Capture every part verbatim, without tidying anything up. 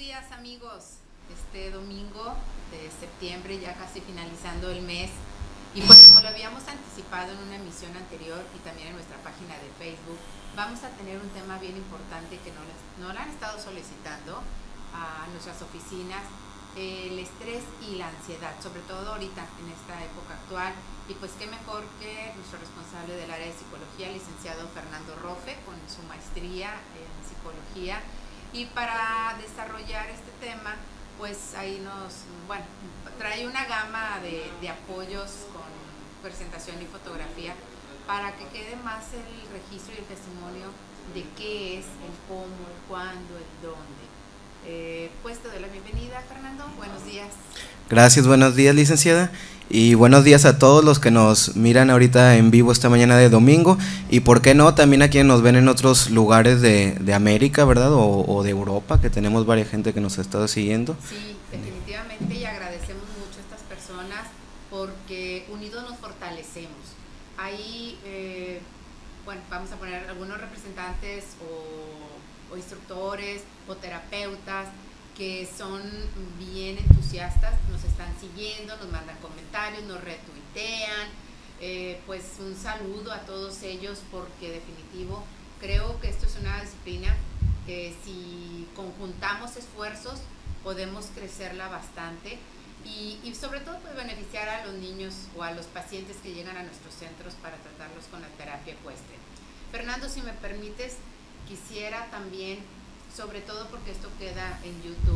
días, amigos. Este domingo de septiembre, ya casi finalizando el mes, y pues como lo habíamos anticipado en una emisión anterior y también en nuestra página de Facebook, vamos a tener un tema bien importante que nos no lo han estado solicitando a nuestras oficinas, el estrés y la ansiedad, sobre todo ahorita en esta época actual. Y pues qué mejor que nuestro responsable del área de psicología, licenciado Fernando Rofe, con su maestría en psicología. Y para desarrollar este tema, pues ahí nos, bueno, trae una gama de, de apoyos con presentación y fotografía para que quede más el registro y el testimonio de qué es, el cómo, el cuándo, el dónde. Eh, pues te doy la bienvenida, Fernando. Buenos días. Gracias, buenos días, licenciada. Y buenos días a todos los que nos miran ahorita en vivo esta mañana de domingo. Y por qué no, también a quienes nos ven en otros lugares de, de América, ¿verdad? O, o de Europa, que tenemos varias gente que nos ha estado siguiendo. Sí, definitivamente, y agradecemos mucho a estas personas porque unidos nos fortalecemos. Ahí, eh, bueno, vamos a poner algunos representantes o, o instructores o terapeutas que son bien entusiastas, nos están siguiendo, nos mandan comentarios, nos retuitean. Eh, pues un saludo a todos ellos, porque definitivo creo que esto es una disciplina que si conjuntamos esfuerzos podemos crecerla bastante y, y sobre todo pues beneficiar a los niños o a los pacientes que llegan a nuestros centros para tratarlos con la terapia ecuestre. Fernando, si me permites, quisiera también, sobre todo porque esto queda en YouTube,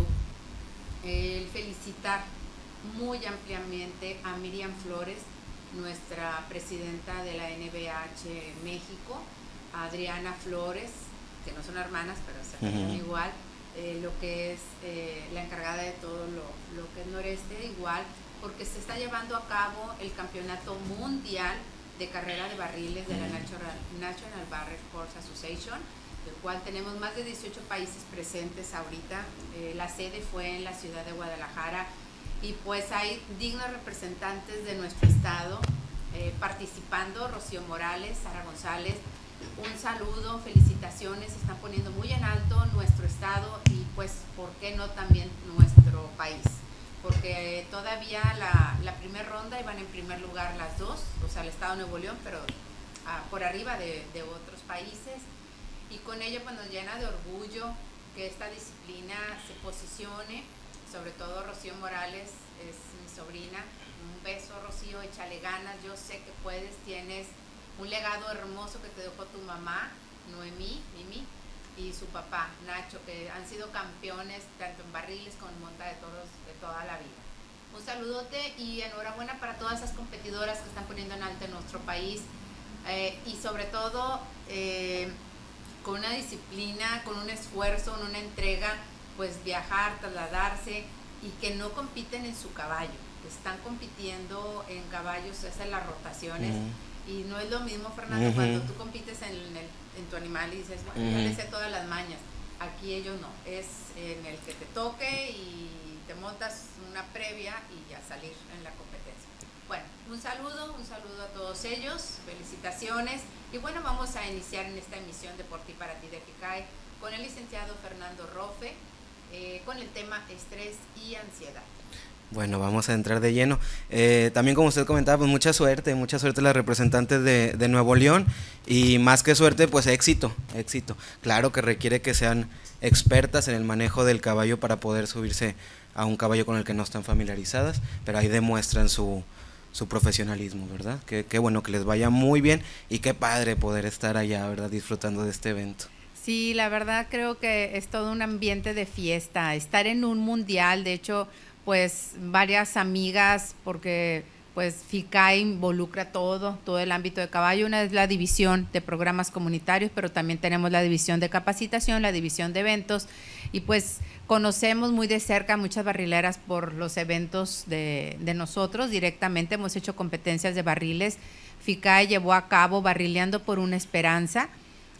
el felicitar muy ampliamente a Miriam Flores, nuestra presidenta de la N B H México, a Adriana Flores, que no son hermanas, pero se llaman uh-huh. igual, eh, lo que es eh, la encargada de todo lo, lo que es Noreste, igual, porque se está llevando a cabo el campeonato mundial de carrera de barriles de la National, National Barrel Horse Association, del cual tenemos más de dieciocho países presentes ahorita. Eh, la sede fue en la ciudad de Guadalajara y pues hay dignos representantes de nuestro estado eh, participando. Rocío Morales, Sara González, un saludo, felicitaciones, se están poniendo muy en alto nuestro estado y pues por qué no también nuestro país, porque todavía la, la primera ronda iban en primer lugar las dos, o sea el estado de Nuevo León, pero ah, por arriba de, de otros países. Y con ello pues nos llena de orgullo que esta disciplina se posicione, sobre todo Rocío Morales es mi sobrina. Un beso, Rocío, échale ganas, yo sé que puedes, tienes un legado hermoso que te dejó tu mamá, Noemí, Mimi, y su papá, Nacho, que han sido campeones tanto en barriles como en monta de toros de toda la vida. Un saludote y enhorabuena para todas esas competidoras que están poniendo en alto en nuestro país eh, y sobre todo eh, con una disciplina, con un esfuerzo, con una entrega, pues viajar, trasladarse y que no compiten en su caballo, que están compitiendo en caballos, hacen las rotaciones uh-huh. y no es lo mismo, Fernando, uh-huh. cuando tú compites en, el, en tu animal y dices, bueno, uh-huh. ya le sé todas las mañas, aquí ellos no, es en el que te toque y te montas una previa y ya salir en la competencia. Bueno, un saludo, un saludo a todos ellos, felicitaciones. Y bueno, vamos a iniciar en esta emisión de Por Ti, Para Ti de FICAE con el licenciado Fernando Rofe, eh, con el tema estrés y ansiedad. Bueno, vamos a entrar de lleno. Eh, también como usted comentaba, pues mucha suerte, mucha suerte a las representantes de, de Nuevo León y más que suerte, pues éxito, éxito. Claro que requiere que sean expertas en el manejo del caballo para poder subirse a un caballo con el que no están familiarizadas, pero ahí demuestran su... su profesionalismo, ¿verdad? Qué, qué bueno que les vaya muy bien y qué padre poder estar allá, ¿verdad? Disfrutando de este evento. Sí, la verdad creo que es todo un ambiente de fiesta, estar en un mundial, de hecho, pues varias amigas, porque pues FICAE involucra todo, todo el ámbito de caballo. Una es la división de programas comunitarios, pero también tenemos la división de capacitación, la división de eventos, y pues conocemos muy de cerca muchas barrileras por los eventos de, de nosotros directamente. Hemos hecho competencias de barriles. FICAE llevó a cabo Barrileando por una Esperanza,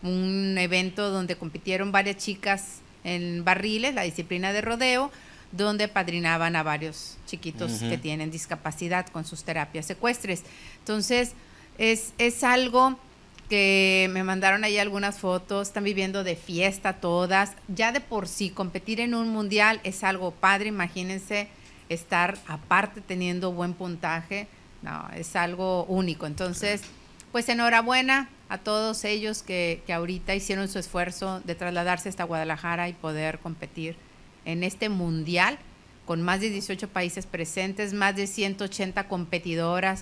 un evento donde compitieron varias chicas en barriles, la disciplina de rodeo, donde padrinaban a varios chiquitos uh-huh. que tienen discapacidad con sus terapias ecuestres. Entonces, es, es algo que me mandaron ahí algunas fotos, están viviendo de fiesta todas. Ya de por sí, competir en un mundial es algo padre, imagínense estar aparte teniendo buen puntaje, no, es algo único. Entonces, pues enhorabuena a todos ellos que, que ahorita hicieron su esfuerzo de trasladarse hasta Guadalajara y poder competir en este mundial con más de dieciocho países presentes, más de ciento ochenta competidoras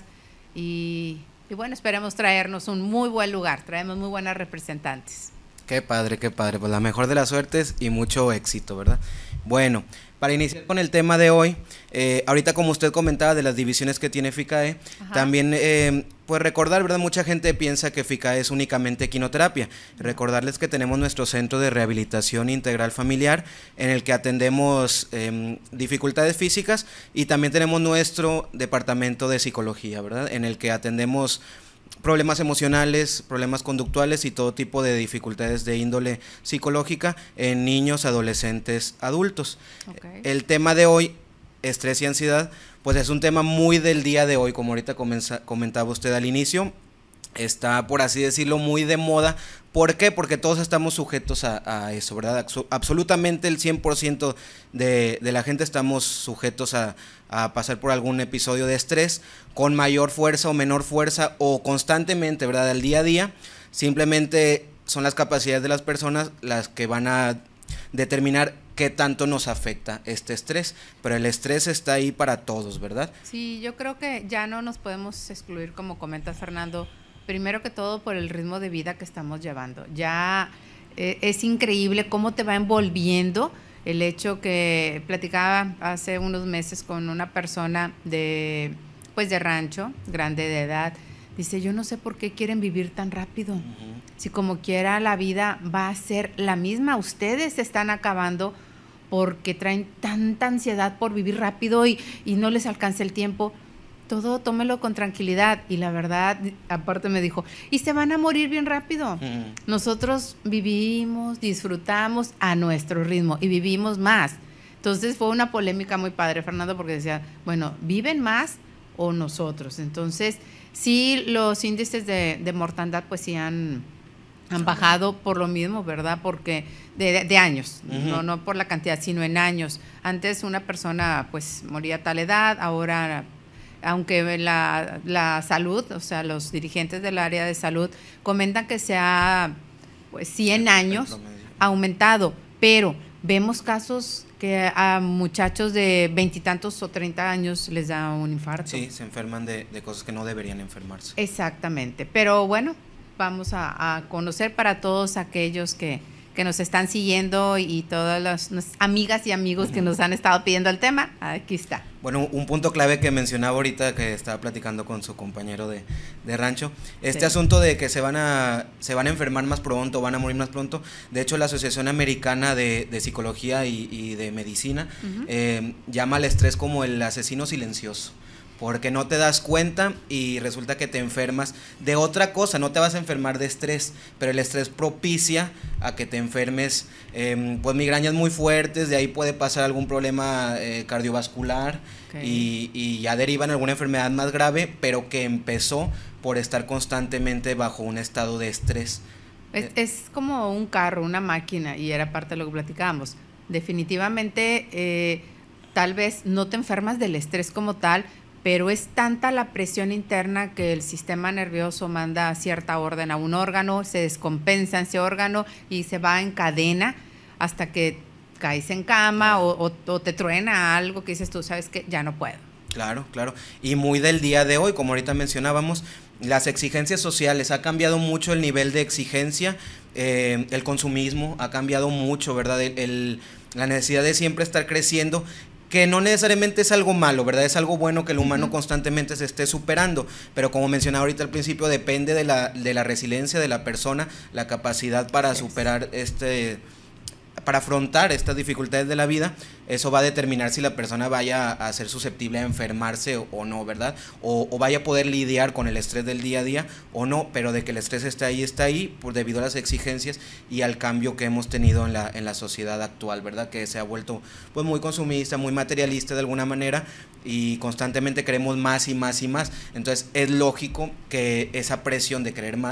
y, y bueno, esperemos traernos un muy buen lugar, traemos muy buenas representantes. Qué padre, qué padre, pues la mejor de las suertes y mucho éxito, ¿verdad? Bueno, para iniciar con el tema de hoy, eh, ahorita como usted comentaba de las divisiones que tiene FICAE, ajá, también eh, pues recordar, ¿verdad? Mucha gente piensa que FICAE es únicamente equinoterapia. Recordarles que tenemos nuestro centro de rehabilitación integral familiar en el que atendemos eh, dificultades físicas y también tenemos nuestro departamento de psicología, ¿verdad? En el que atendemos problemas emocionales, problemas conductuales y todo tipo de dificultades de índole psicológica en niños, adolescentes, adultos. Okay. El tema de hoy, estrés y ansiedad, pues es un tema muy del día de hoy, como ahorita comenza, comentaba usted al inicio, está, por así decirlo, muy de moda. ¿Por qué? Porque todos estamos sujetos a, a eso, ¿verdad? Absolutamente el cien por ciento de, de la gente estamos sujetos a, a pasar por algún episodio de estrés, con mayor fuerza o menor fuerza, o constantemente, ¿verdad? Al día a día, simplemente son las capacidades de las personas las que van a determinar qué tanto nos afecta este estrés, pero el estrés está ahí para todos, ¿verdad? Sí, yo creo que ya no nos podemos excluir, como comenta Fernando, primero que todo por el ritmo de vida que estamos llevando. Ya eh, es increíble cómo te va envolviendo el hecho que platicaba hace unos meses con una persona de, pues de rancho, grande de edad. Dice, yo no sé por qué quieren vivir tan rápido. Uh-huh. Si como quiera la vida va a ser la misma. Ustedes se están acabando porque traen tanta ansiedad por vivir rápido y, y no les alcanza el tiempo. Todo tómelo con tranquilidad. Y la verdad, aparte me dijo, y se van a morir bien rápido. Uh-huh. Nosotros vivimos, disfrutamos a nuestro ritmo y vivimos más. Entonces fue una polémica muy padre, Fernando, porque decía, bueno, ¿viven más o nosotros? Entonces, sí, los índices de, de mortandad pues sí han, han bajado por lo mismo, ¿verdad? Porque de, de años, uh-huh. no, no por la cantidad, sino en años. Antes una persona pues moría a tal edad, ahora, aunque la, la salud, o sea, los dirigentes del área de salud comentan que se ha pues cien años aumentado, pero vemos casos que a muchachos de veintitantos o treinta años les da un infarto. Sí, se enferman de, de cosas que no deberían enfermarse. Exactamente, pero bueno, vamos a, a conocer para todos aquellos que, que nos están siguiendo y todas las, las amigas y amigos que nos han estado pidiendo el tema, aquí está. Bueno, un punto clave que mencionaba ahorita que estaba platicando con su compañero de, de rancho, este sí. asunto de que se van a se van a enfermar más pronto, van a morir más pronto. De hecho, la Asociación Americana de, de Psicología y, y de Medicina uh-huh. eh, llama al estrés como el asesino silencioso. Porque no te das cuenta y resulta que te enfermas de otra cosa, no te vas a enfermar de estrés, pero el estrés propicia a que te enfermes, eh, pues migrañas muy fuertes, de ahí puede pasar algún problema eh, cardiovascular okay. y, y ya deriva en alguna enfermedad más grave, pero que empezó por estar constantemente bajo un estado de estrés. Es, es como un carro, una máquina, y era parte de lo que platicábamos. Definitivamente, eh, tal vez no te enfermas del estrés como tal, pero es tanta la presión interna que el sistema nervioso manda cierta orden a un órgano, se descompensa ese órgano y se va en cadena hasta que caes en cama o, o, o te truena algo que dices tú, sabes que ya no puedo. Claro, claro. Y muy del día de hoy, como ahorita mencionábamos, las exigencias sociales, ha cambiado mucho el nivel de exigencia, eh, el consumismo ha cambiado mucho, ¿verdad? El, el, la necesidad de siempre estar creciendo, que no necesariamente es algo malo, ¿verdad? Es algo bueno que el humano uh-huh. constantemente se esté superando, pero como mencionaba ahorita al principio, depende de la, de la resiliencia de la persona, la capacidad para yes. superar este, para afrontar estas dificultades de la vida. Eso va a determinar si la persona vaya a ser susceptible a enfermarse o, o no, ¿verdad? O, o vaya a poder lidiar con el estrés del día a día o no, pero de que el estrés está ahí, está ahí, por debido a las exigencias y al cambio que hemos tenido en la, en la sociedad actual, ¿verdad? Que se ha vuelto pues muy consumista, muy materialista de alguna manera y constantemente queremos más y más y más. Entonces es lógico que esa presión de querer más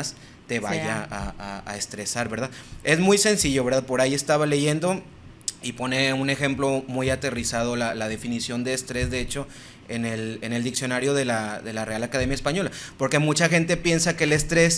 te vaya a, a, a estresar, ¿verdad? Es muy sencillo, ¿verdad? Por ahí estaba leyendo y pone un ejemplo muy aterrizado, la, la definición de estrés, de hecho, en el, en el diccionario de la, de la Real Academia Española, porque mucha gente piensa que el estrés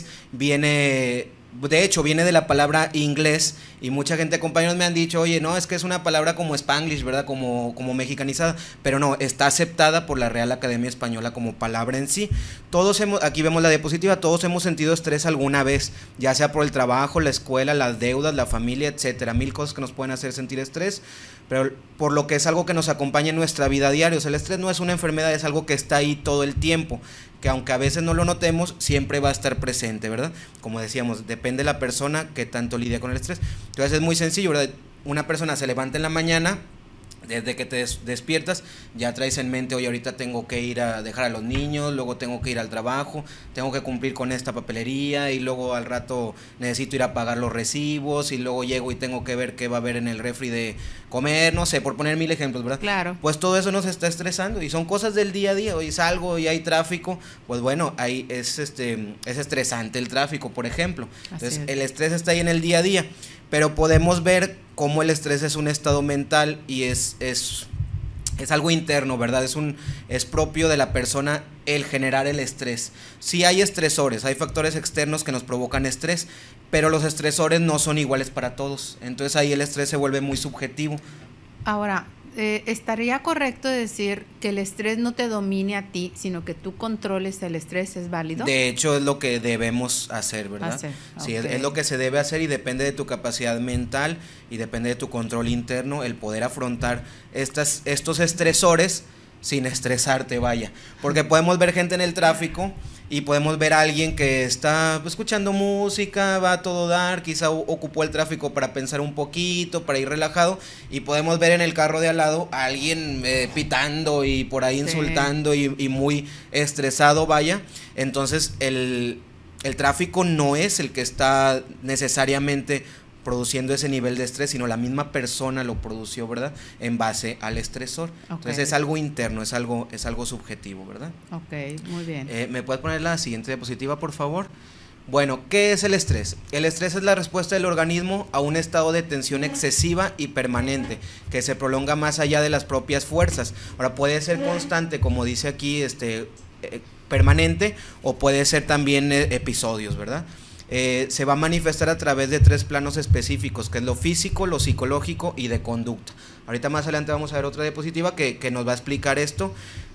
viene, de hecho, viene de la palabra inglés, y mucha gente, compañeros me han dicho, oye, no, es que es una palabra como Spanglish, ¿verdad? Como, como mexicanizada, pero no, está aceptada por la Real Academia Española como palabra en sí. Todos hemos, aquí vemos la diapositiva, todos hemos sentido estrés alguna vez, ya sea por el trabajo, la escuela, las deudas, la familia, etcétera, mil cosas que nos pueden hacer sentir estrés, pero por lo que es algo que nos acompaña en nuestra vida diaria. O sea, el estrés no es una enfermedad, es algo que está ahí todo el tiempo, que aunque a veces no lo notemos, siempre va a estar presente, ¿verdad? Como decíamos, depende de la persona que tanto lidia con el estrés. Entonces es muy sencillo, ¿verdad? Una persona se levanta en la mañana, desde que te des- despiertas, ya traes en mente, oye, ahorita tengo que ir a dejar a los niños, luego tengo que ir al trabajo, tengo que cumplir con esta papelería, y luego al rato necesito ir a pagar los recibos, y luego llego y tengo que ver qué va a haber en el refri de comer, no sé, por poner mil ejemplos, ¿verdad? Claro. Pues todo eso nos está estresando, y son cosas del día a día. Hoy salgo y hay tráfico, pues bueno, ahí es, este, es estresante el tráfico, por ejemplo. Entonces, el estrés está ahí en el día a día, pero podemos ver cómo el estrés es un estado mental y es, es, es algo interno, ¿verdad? Es, un, es propio de la persona el generar el estrés. Sí hay estresores, hay factores externos que nos provocan estrés, pero los estresores no son iguales para todos. Entonces ahí el estrés se vuelve muy subjetivo. Ahora, eh, ¿estaría correcto decir que el estrés no te domine a ti, sino que tú controles el estrés? ¿Es válido? De hecho, es lo que debemos hacer, ¿verdad? Hacer, Sí, ok. es, es lo que se debe hacer, y depende de tu capacidad mental y depende de tu control interno el poder afrontar estas, estos estresores sin estresarte, vaya. Porque podemos ver gente en el tráfico y podemos ver a alguien que está pues, escuchando música, va a todo dar, quizá o- ocupó el tráfico para pensar un poquito, para ir relajado, y podemos ver en el carro de al lado a alguien eh, pitando y por ahí Sí. insultando y, y muy estresado, vaya. Entonces el, el tráfico no es el que está necesariamente produciendo ese nivel de estrés, sino la misma persona lo produció, ¿verdad? En base al estresor. Ok. Entonces es algo interno, es algo, es algo subjetivo, ¿verdad? Ok, muy bien. Eh, ¿Me puedes poner la siguiente diapositiva, por favor? Bueno, ¿qué es el estrés? El estrés es la respuesta del organismo a un estado de tensión excesiva y permanente, que se prolonga más allá de las propias fuerzas. Ahora, puede ser constante, como dice aquí, este, eh, permanente, o puede ser también eh, episodios, ¿verdad? Eh, se va a manifestar a través de tres planos específicos, que es lo físico, lo psicológico y de conducta. Ahorita más adelante vamos a ver otra diapositiva que, que nos va a explicar esto,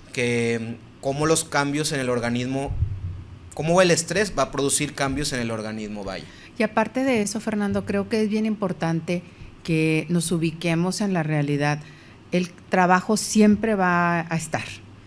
que cómo los cambios en el organismo, cómo el estrés va a producir cambios en el organismo, vaya. Y aparte de eso, Fernando, creo que es bien importante que nos ubiquemos en la realidad. El trabajo siempre va a estar.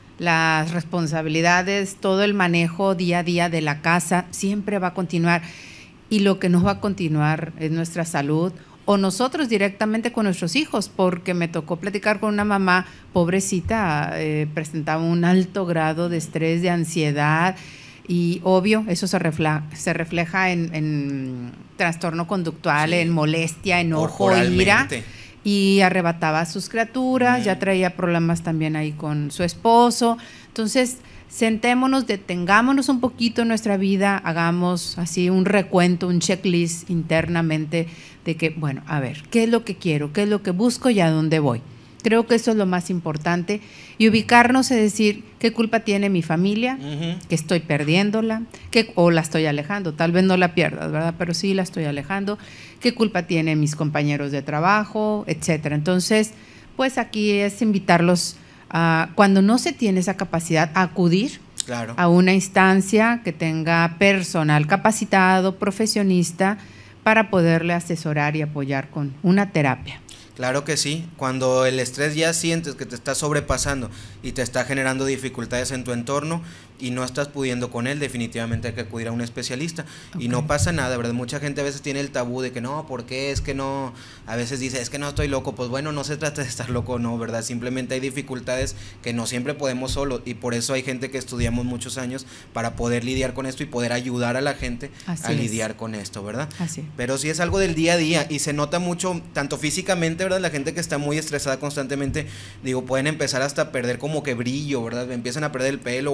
Las responsabilidades, todo el manejo día a día de la casa siempre va a continuar, y lo que no va a continuar es nuestra salud, o nosotros directamente con nuestros hijos, porque me tocó platicar con una mamá pobrecita, eh, presentaba un alto grado de estrés, de ansiedad, y obvio, eso se refleja, se refleja en, en trastorno conductual, Sí. en molestia, enojo, ira, Corporalmente. y arrebataba a sus criaturas, Mm. ya traía problemas también ahí con su esposo. Entonces, sentémonos, detengámonos un poquito en nuestra vida, hagamos así un recuento, un checklist internamente de que, bueno, a ver, ¿qué es lo que quiero? ¿Qué es lo que busco y a dónde voy? Creo que eso es lo más importante, y ubicarnos es decir, ¿qué culpa tiene mi familia? Ujú. Que estoy perdiéndola, que, o la estoy alejando, tal vez no la pierdas, ¿verdad? Pero sí la estoy alejando. ¿Qué culpa tienen mis compañeros de trabajo, etcétera? Entonces, pues aquí es invitarlos a, cuando no se tiene esa capacidad, a acudir Claro. a una instancia que tenga personal capacitado, profesionista, para poderle asesorar y apoyar con una terapia. Claro que sí, cuando el estrés ya sientes que te está sobrepasando y te está generando dificultades en tu entorno y no estás pudiendo con él, definitivamente hay que acudir a un especialista. Y Ok. no pasa nada, ¿verdad? Mucha gente a veces tiene el tabú de que no, ¿por qué? Es que no, a veces dice, es que no estoy loco. Pues bueno, no se trata de estar loco, no, ¿verdad? Simplemente hay dificultades que no siempre podemos solo, y por eso hay gente que estudiamos muchos años para poder lidiar con esto y poder ayudar a la gente Así a es. lidiar con esto, ¿verdad? Así. Pero sí es algo del día a día, y se nota mucho, tanto físicamente, ¿verdad? La gente que está muy estresada constantemente, digo, pueden empezar hasta a perder como que brillo, ¿verdad? Empiezan a perder el pelo o el color de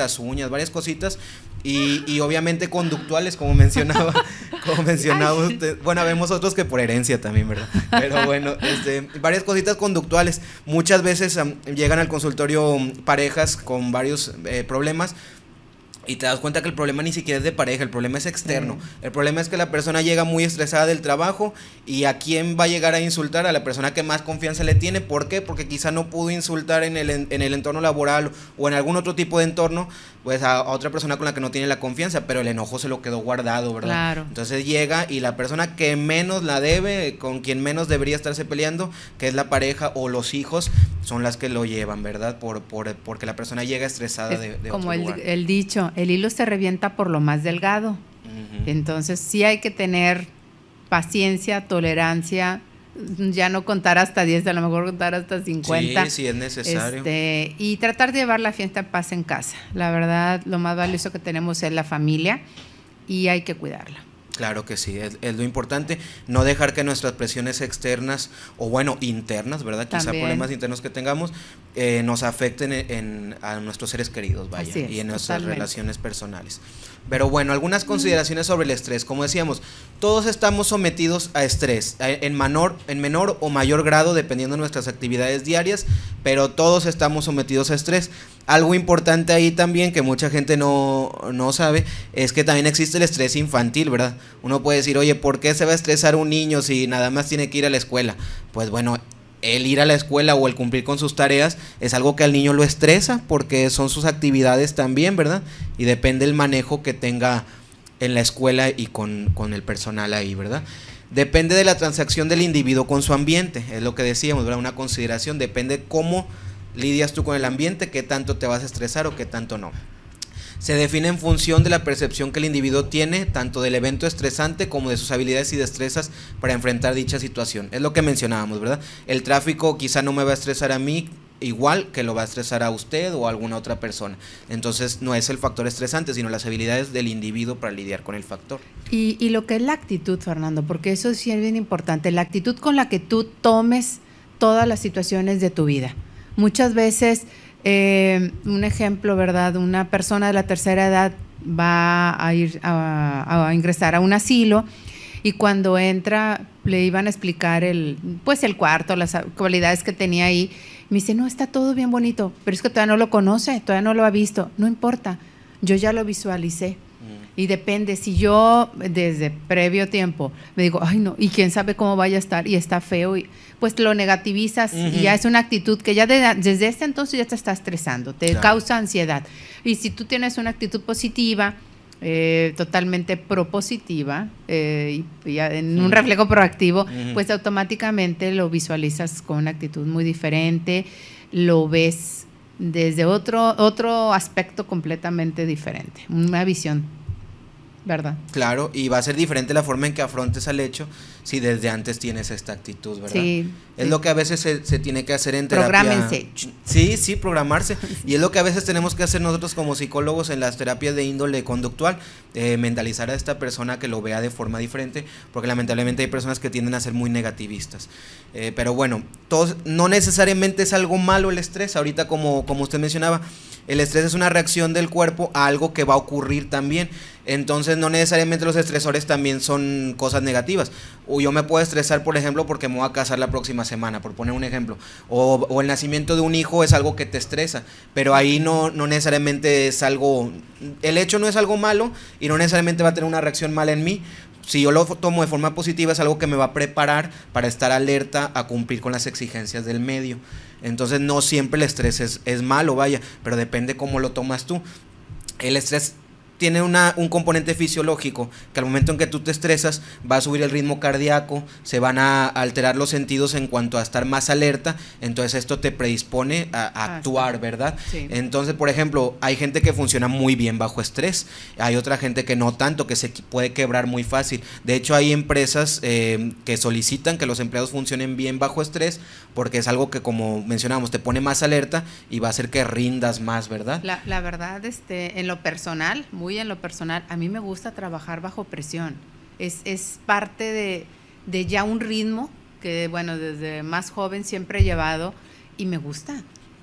las uñas, varias cositas. Y, y obviamente conductuales, como mencionaba, como mencionaba usted. Bueno, vemos otros que por herencia también, ¿verdad? Pero bueno, este, varias cositas conductuales. Muchas veces um, llegan al consultorio um, parejas con varios eh, problemas. Y te das cuenta que el problema ni siquiera es de pareja, el problema es externo. Sí. El problema es que la persona llega muy estresada del trabajo, y ¿a quién va a llegar a insultar? A la persona que más confianza le tiene. ¿Por qué? Porque quizá no pudo insultar en el, en el entorno laboral o en algún otro tipo de entorno, pues a, a otra persona con la que no tiene la confianza, pero el enojo se lo quedó guardado, ¿verdad? Claro. Entonces llega, y la persona que menos la debe, con quien menos debería estarse peleando, que es la pareja o los hijos, son las que lo llevan, ¿verdad? Por, por, porque la persona llega estresada es de, de como otro el, lugar. el dicho, el hilo se revienta por lo más delgado. Uh-huh. Entonces sí hay que tener paciencia, tolerancia, ya no contar hasta diez, a lo mejor contar hasta cincuenta. Sí, sí es necesario. Este, y tratar de llevar la fiesta en paz en casa. La verdad, lo más valioso que tenemos es la familia, y hay que cuidarla. Claro que sí, es, es lo importante, no dejar que nuestras presiones externas, o bueno, internas, ¿verdad? Quizá También. problemas internos que tengamos, eh, nos afecten en, en, a nuestros seres queridos, vaya, es, y en nuestras totalmente. relaciones personales. Pero bueno, algunas consideraciones sobre el estrés. Como decíamos, todos estamos sometidos a estrés, en menor, en menor o mayor grado, dependiendo de nuestras actividades diarias, pero todos estamos sometidos a estrés. Algo importante ahí también, que mucha gente no, no sabe, es que también existe el estrés infantil, ¿verdad? Uno puede decir, oye, ¿por qué se va a estresar un niño si nada más tiene que ir a la escuela? Pues bueno, el ir a la escuela o el cumplir con sus tareas es algo que al niño lo estresa, porque son sus actividades también, ¿verdad? Y depende el manejo que tenga en la escuela y con, con el personal ahí, ¿verdad? Depende de la transacción del individuo con su ambiente, es lo que decíamos, ¿verdad? Una consideración, depende cómo lidias tú con el ambiente, qué tanto te vas a estresar o qué tanto no. Se define en función de la percepción que el individuo tiene, tanto del evento estresante como de sus habilidades y destrezas para enfrentar dicha situación. Es lo que mencionábamos, ¿verdad? El tráfico quizá no me va a estresar a mí igual que lo va a estresar a usted o a alguna otra persona. Entonces no es el factor estresante, sino las habilidades del individuo para lidiar con el factor. Y, y lo que es la actitud, Fernando, porque eso sí es bien importante, la actitud con la que tú tomes todas las situaciones de tu vida. Muchas veces... Eh, un ejemplo, ¿verdad? Una persona de la tercera edad va a ir a, a ingresar a un asilo, y cuando entra le iban a explicar el, pues el cuarto, las cualidades que tenía ahí. Me dice, no, está todo bien bonito, pero es que todavía no lo conoce, todavía no lo ha visto. No importa, yo ya lo visualicé. Y depende, si yo desde previo tiempo me digo, ay no, y quién sabe cómo vaya a estar, y está feo, y pues lo negativizas, uh-huh. y ya es una actitud que ya de, desde este entonces ya te está estresando, te claro. causa ansiedad. Y si tú tienes una actitud positiva, eh, totalmente propositiva, eh, y, y en uh-huh. un reflejo proactivo, uh-huh. pues automáticamente lo visualizas con una actitud muy diferente, lo ves desde otro, otro aspecto completamente diferente, una visión, ¿verdad? Claro, y va a ser diferente la forma en que afrontes al hecho si desde antes tienes esta actitud, ¿verdad? Sí. Es sí. lo que a veces se, se tiene que hacer en terapia. Prográmense. Sí, sí, programarse. Y es lo que a veces tenemos que hacer nosotros como psicólogos en las terapias de índole conductual, eh, mentalizar a esta persona que lo vea de forma diferente, porque lamentablemente hay personas que tienden a ser muy negativistas. Eh, pero bueno, todos, no necesariamente es algo malo el estrés. Ahorita como, como usted mencionaba, el estrés es una reacción del cuerpo a algo que va a ocurrir también. Entonces no necesariamente los estresores también son cosas negativas. O yo me puedo estresar, por ejemplo, porque me voy a casar la próxima semana, por poner un ejemplo. O, o el nacimiento de un hijo es algo que te estresa, pero ahí no, no necesariamente es algo, el hecho no es algo malo y no necesariamente va a tener una reacción mala en mí. Si yo lo tomo de forma positiva, es algo que me va a preparar para estar alerta a cumplir con las exigencias del medio. Entonces no siempre el estrés es, es malo, vaya, pero depende cómo lo tomas tú. El estrés tiene una, un componente fisiológico, que al momento en que tú te estresas va a subir el ritmo cardíaco, se van a alterar los sentidos en cuanto a estar más alerta, entonces esto te predispone a, a actuar, ¿verdad? Sí. Entonces, por ejemplo, hay gente que funciona muy bien bajo estrés, hay otra gente que no tanto, que se puede quebrar muy fácil. De hecho, hay empresas eh, que solicitan que los empleados funcionen bien bajo estrés, porque es algo que, como mencionamos, te pone más alerta y va a hacer que rindas más, ¿verdad? La, la verdad, este, en lo personal, muy en lo personal, a mí me gusta trabajar bajo presión. Es, es parte de, de ya un ritmo que, bueno, desde más joven siempre he llevado y me gusta.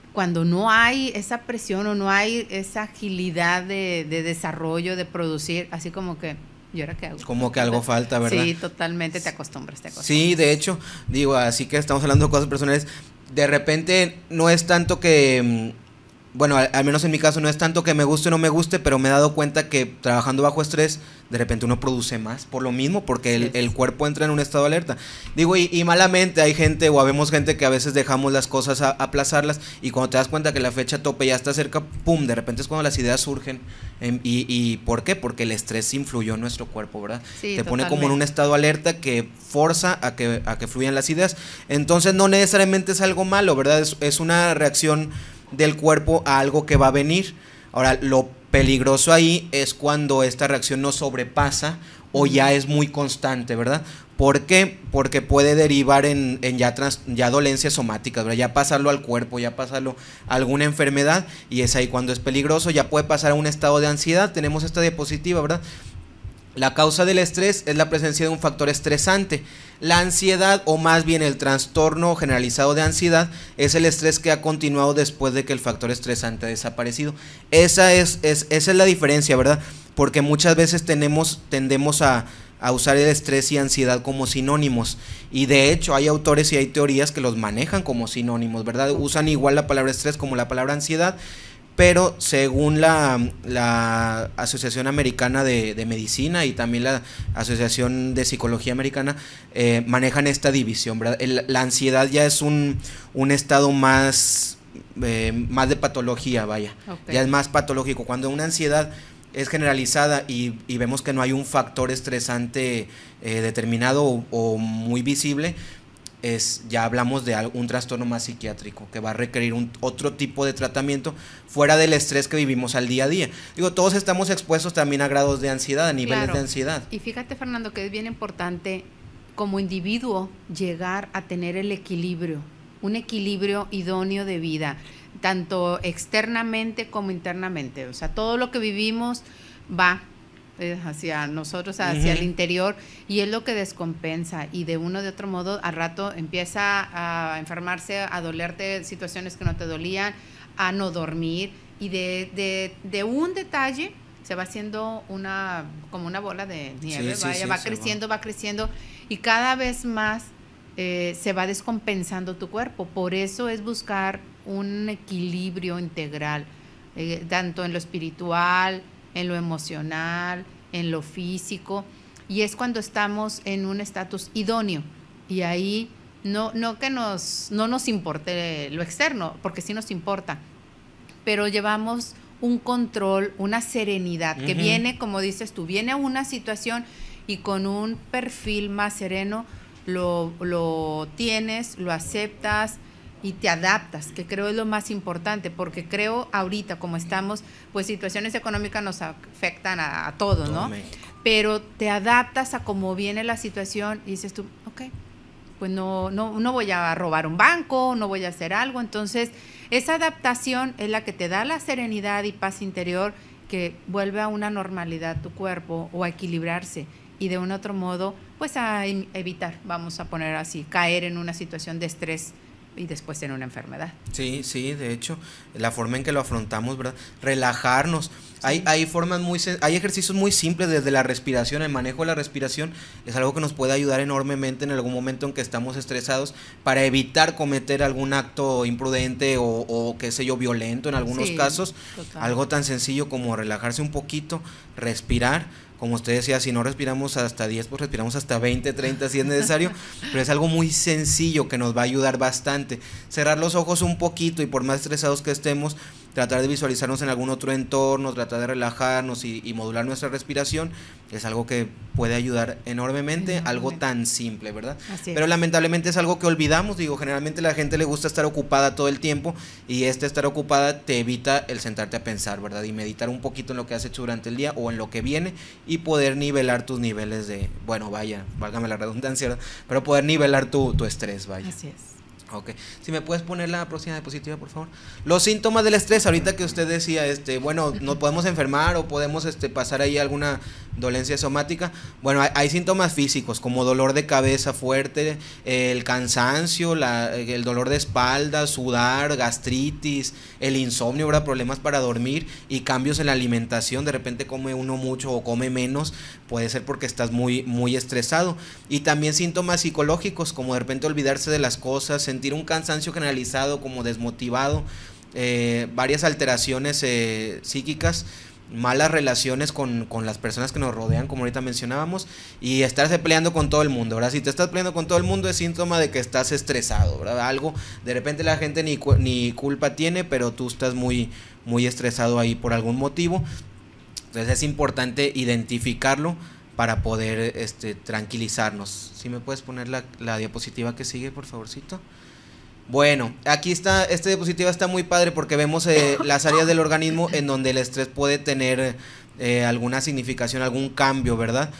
cuando no hay esa presión o no hay esa agilidad de, de desarrollo, de producir, así como que, ¿y ahora qué hago? Como que algo falta, ¿verdad? Sí, totalmente, te acostumbras, te acostumbras. Sí, de hecho, digo, así que estamos hablando de cosas personales, de repente no es tanto que, bueno, al, al menos en mi caso no es tanto que me guste o no me guste, pero me he dado cuenta que trabajando bajo estrés, de repente uno produce más por lo mismo, porque el, el cuerpo entra en un estado de alerta. Digo, y, y malamente hay gente o habemos gente que a veces dejamos las cosas a, a aplazarlas, y cuando te das cuenta que la fecha tope ya está cerca, pum, de repente es cuando las ideas surgen. Eh, y, ¿Y por qué? Porque el estrés influyó en nuestro cuerpo, ¿verdad? Sí, te pone totalmente. como en un estado de alerta que forza a que, a que fluyan las ideas. Entonces no necesariamente es algo malo, ¿verdad? Es, es una reacción del cuerpo a algo que va a venir. Ahora, lo peligroso ahí es cuando esta reacción no sobrepasa o ya es muy constante, ¿verdad? ¿Por qué? Porque puede derivar en, en ya, trans, ya dolencias somáticas, ¿verdad? Ya pasarlo al cuerpo, ya pasarlo a alguna enfermedad, y es ahí cuando es peligroso. Ya puede pasar a un estado de ansiedad. Tenemos esta diapositiva, ¿verdad? La causa del estrés es la presencia de un factor estresante. La ansiedad, o más bien el trastorno generalizado de ansiedad, es el estrés que ha continuado después de que el factor estresante ha desaparecido. Esa es, es, esa es la diferencia, ¿verdad? Porque muchas veces tenemos, tendemos a, a usar el estrés y ansiedad como sinónimos, y de hecho hay autores y hay teorías que los manejan como sinónimos, ¿verdad? Usan igual la palabra estrés como la palabra ansiedad, pero según la, la Asociación Americana de, de Medicina y también la Asociación de Psicología Americana, eh, manejan esta división, ¿verdad? El, la ansiedad ya es un, un estado más, eh, más de patología, vaya, okay. Ya es más patológico. Cuando una ansiedad es generalizada y, y vemos que no hay un factor estresante eh, determinado o, o muy visible, es, ya hablamos de un trastorno más psiquiátrico que va a requerir un, otro tipo de tratamiento fuera del estrés que vivimos al día a día. Digo, todos estamos expuestos también a grados de ansiedad, a niveles claro. de ansiedad. Y fíjate, Fernando, que es bien importante como individuo llegar a tener el equilibrio, un equilibrio idóneo de vida, tanto externamente como internamente. O sea, todo lo que vivimos va hacia nosotros, hacia uh-huh. el interior, y es lo que descompensa, y de uno de otro modo al rato empieza a enfermarse, a dolerte situaciones que no te dolían, a no dormir, y de, de, de un detalle se va haciendo una como una bola de nieve, sí, vaya, sí, va sí, creciendo, va. va creciendo, y cada vez más eh, se va descompensando tu cuerpo. Por eso es buscar un equilibrio integral, eh, tanto en lo espiritual, en lo emocional, en lo físico, y es cuando estamos en un estatus idóneo, y ahí no, no que nos, no nos importe lo externo, porque sí nos importa, pero llevamos un control, una serenidad, que uh-huh. viene, como dices tú, viene a una situación y con un perfil más sereno lo, lo tienes, lo aceptas, y te adaptas, que creo es lo más importante, porque creo ahorita como estamos, pues situaciones económicas nos afectan a, a todos, ¿no? Pero te adaptas a cómo viene la situación y dices tú, ok, pues no, no, no voy a robar un banco, no voy a hacer algo. Entonces, esa adaptación es la que te da la serenidad y paz interior, que vuelve a una normalidad tu cuerpo o a equilibrarse, y de un otro modo, pues a evitar, vamos a poner así, caer en una situación de estrés y después en una enfermedad. Sí, sí, de hecho, la forma en que lo afrontamos, ¿verdad? Relajarnos. Sí. Hay, hay formas muy, hay ejercicios muy simples, desde la respiración, el manejo de la respiración es algo que nos puede ayudar enormemente en algún momento en que estamos estresados, para evitar cometer algún acto imprudente o, o qué sé yo, violento en algunos sí, casos. Total. Algo tan sencillo como relajarse un poquito, respirar. Como usted decía, si no respiramos hasta diez, pues respiramos hasta veinte, treinta si es necesario, pero es algo muy sencillo que nos va a ayudar bastante. Cerrar los ojos un poquito, y por más estresados que estemos, tratar de visualizarnos en algún otro entorno, tratar de relajarnos y, y modular nuestra respiración, es algo que puede ayudar enormemente, enormemente. Algo tan simple, ¿verdad? Así pero es. Lamentablemente es algo que olvidamos. Digo, generalmente a la gente le gusta estar ocupada todo el tiempo, y este estar ocupada te evita el sentarte a pensar, ¿verdad? Y meditar un poquito en lo que has hecho durante el día o en lo que viene, y poder nivelar tus niveles de, bueno, vaya, válgame la redundancia, ¿verdad? Pero poder nivelar tu, tu estrés, vaya. Así es. Ok, si me puedes poner la próxima diapositiva, por favor. Los síntomas del estrés, ahorita que usted decía, este, bueno, nos podemos enfermar o podemos este, pasar ahí alguna dolencia somática. Bueno, hay, hay síntomas físicos como dolor de cabeza fuerte, el cansancio, la, el dolor de espalda, sudar, gastritis, el insomnio, ¿verdad? Problemas para dormir y cambios en la alimentación. De repente come uno mucho o come menos, puede ser porque estás muy, muy estresado. Y también síntomas psicológicos como de repente olvidarse de las cosas, sentir un cansancio generalizado, como desmotivado, eh, varias alteraciones eh, psíquicas, malas relaciones con, con las personas que nos rodean, como ahorita mencionábamos, y estarse peleando con todo el mundo, ¿verdad? Si te estás peleando con todo el mundo es síntoma de que estás estresado, ¿verdad? Algo, de repente la gente ni, ni culpa tiene, pero tú estás muy, muy estresado ahí por algún motivo. Entonces es importante identificarlo para poder este, tranquilizarnos. ¿Sí me puedes poner la, la diapositiva que sigue, por favorcito? Bueno, aquí está, esta diapositiva está muy padre porque vemos eh, las áreas del organismo en donde el estrés puede tener eh, alguna significación, algún cambio, ¿verdad?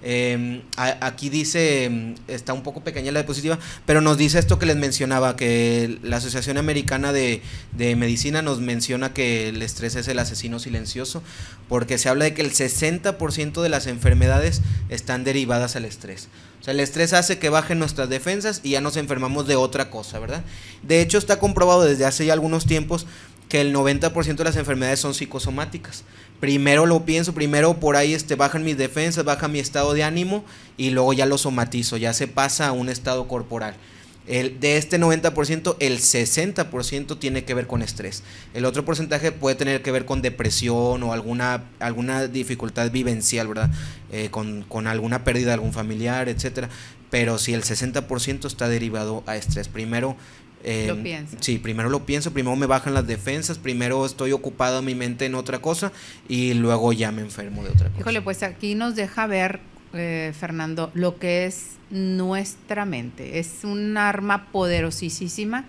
Eh, a, aquí dice, está un poco pequeña la diapositiva, pero nos dice esto que les mencionaba, que la Asociación Americana de, de Medicina nos menciona que el estrés es el asesino silencioso, porque se habla de que el sesenta por ciento de las enfermedades están derivadas al estrés. O sea, el estrés hace que bajen nuestras defensas y ya nos enfermamos de otra cosa, ¿verdad? De hecho, está comprobado desde hace ya algunos tiempos que el noventa por ciento de las enfermedades son psicosomáticas. Primero lo pienso, primero por ahí este, bajan mis defensas, baja mi estado de ánimo y luego ya lo somatizo, ya se pasa a un estado corporal. El, de este noventa por ciento, el sesenta por ciento tiene que ver con estrés. El otro porcentaje puede tener que ver con depresión o alguna, alguna dificultad vivencial, ¿verdad? Eh, con, con alguna pérdida de algún familiar, etcétera. Pero si el sesenta por ciento está derivado a estrés. Primero Eh, lo pienso. Sí, primero lo pienso, primero me bajan las defensas, primero estoy ocupado mi mente en otra cosa y luego ya me enfermo de otra cosa. Híjole, pues aquí nos deja ver, eh, Fernando, lo que es nuestra mente. Es un arma poderosísima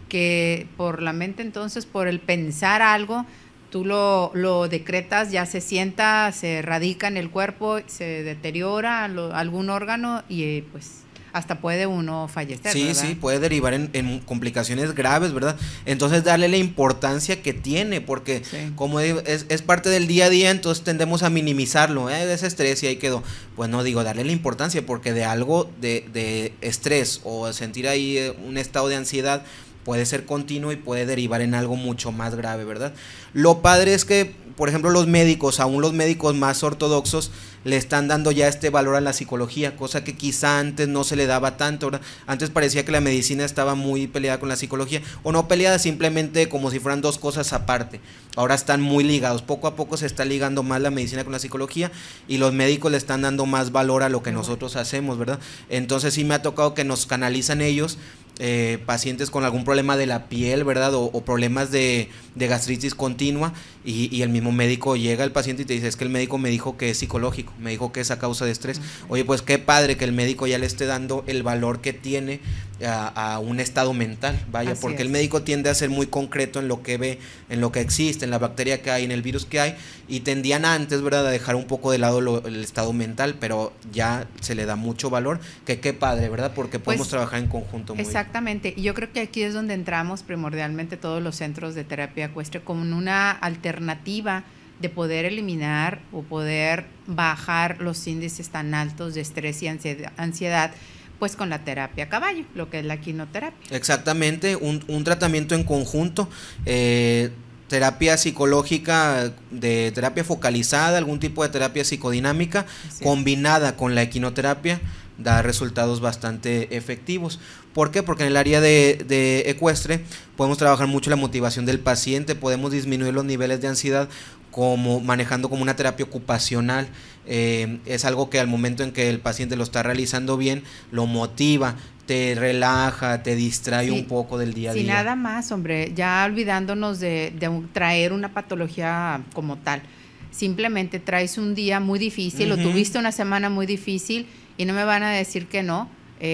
que por la mente, entonces, por el pensar algo, tú lo, lo decretas, ya se sienta, se radica en el cuerpo, se deteriora lo, algún órgano y pues hasta puede uno fallecer, sí, ¿verdad? Sí, puede derivar en, en complicaciones graves, ¿verdad? Entonces darle la importancia que tiene, porque sí. como es, es parte del día a día, entonces tendemos a minimizarlo, ¿eh? Ese estrés y ahí quedó. Pues no, digo, darle la importancia, porque de algo de, de estrés o sentir ahí un estado de ansiedad puede ser continuo y puede derivar en algo mucho más grave, ¿verdad? Lo padre es que, por ejemplo, los médicos, aún los médicos más ortodoxos, le están dando ya este valor a la psicología, cosa que quizá antes no se le daba tanto, ¿verdad? Antes parecía que la medicina estaba muy peleada con la psicología, o no peleada, simplemente como si fueran dos cosas aparte. Ahora están muy ligados, poco a poco se está ligando más la medicina con la psicología y los médicos le están dando más valor a lo que nosotros hacemos, ¿verdad? Entonces sí me ha tocado que nos canalizan ellos, eh, pacientes con algún problema de la piel, ¿verdad? O, o problemas de, de gastritis continua y, y el mismo médico llega al paciente y te dice, es que el médico me dijo que es psicológico, me dijo que es a causa de estrés. Oye, pues qué padre que el médico ya le esté dando el valor que tiene a, a un estado mental, vaya, Así porque es. el médico tiende a ser muy concreto en lo que ve, en lo que existe, en la bacteria que hay, en el virus que hay, y tendían antes, ¿verdad?, a dejar un poco de lado lo, el estado mental, pero ya se le da mucho valor, que qué padre, ¿verdad?, porque podemos pues, trabajar en conjunto. Muy exactamente, y yo creo que aquí es donde entramos primordialmente todos los centros de terapia ecuestre como una alternativa de poder eliminar o poder bajar los índices tan altos de estrés y ansiedad, pues con la terapia a caballo, lo que es la quinoterapia. Exactamente, un, un tratamiento en conjunto, eh, terapia psicológica, de terapia focalizada, algún tipo de terapia psicodinámica, sí, combinada con la equinoterapia, da resultados bastante efectivos. ¿Por qué? Porque en el área de, de ecuestre podemos trabajar mucho la motivación del paciente, podemos disminuir los niveles de ansiedad como manejando como una terapia ocupacional. Eh, es algo que al momento en que el paciente lo está realizando bien, lo motiva, te relaja, te distrae, sí, un poco del día a sí, día. Nada más, hombre, ya olvidándonos de, de traer una patología como tal. Simplemente traes un día muy difícil, uh-huh, o tuviste una semana muy difícil y no me van a decir que no.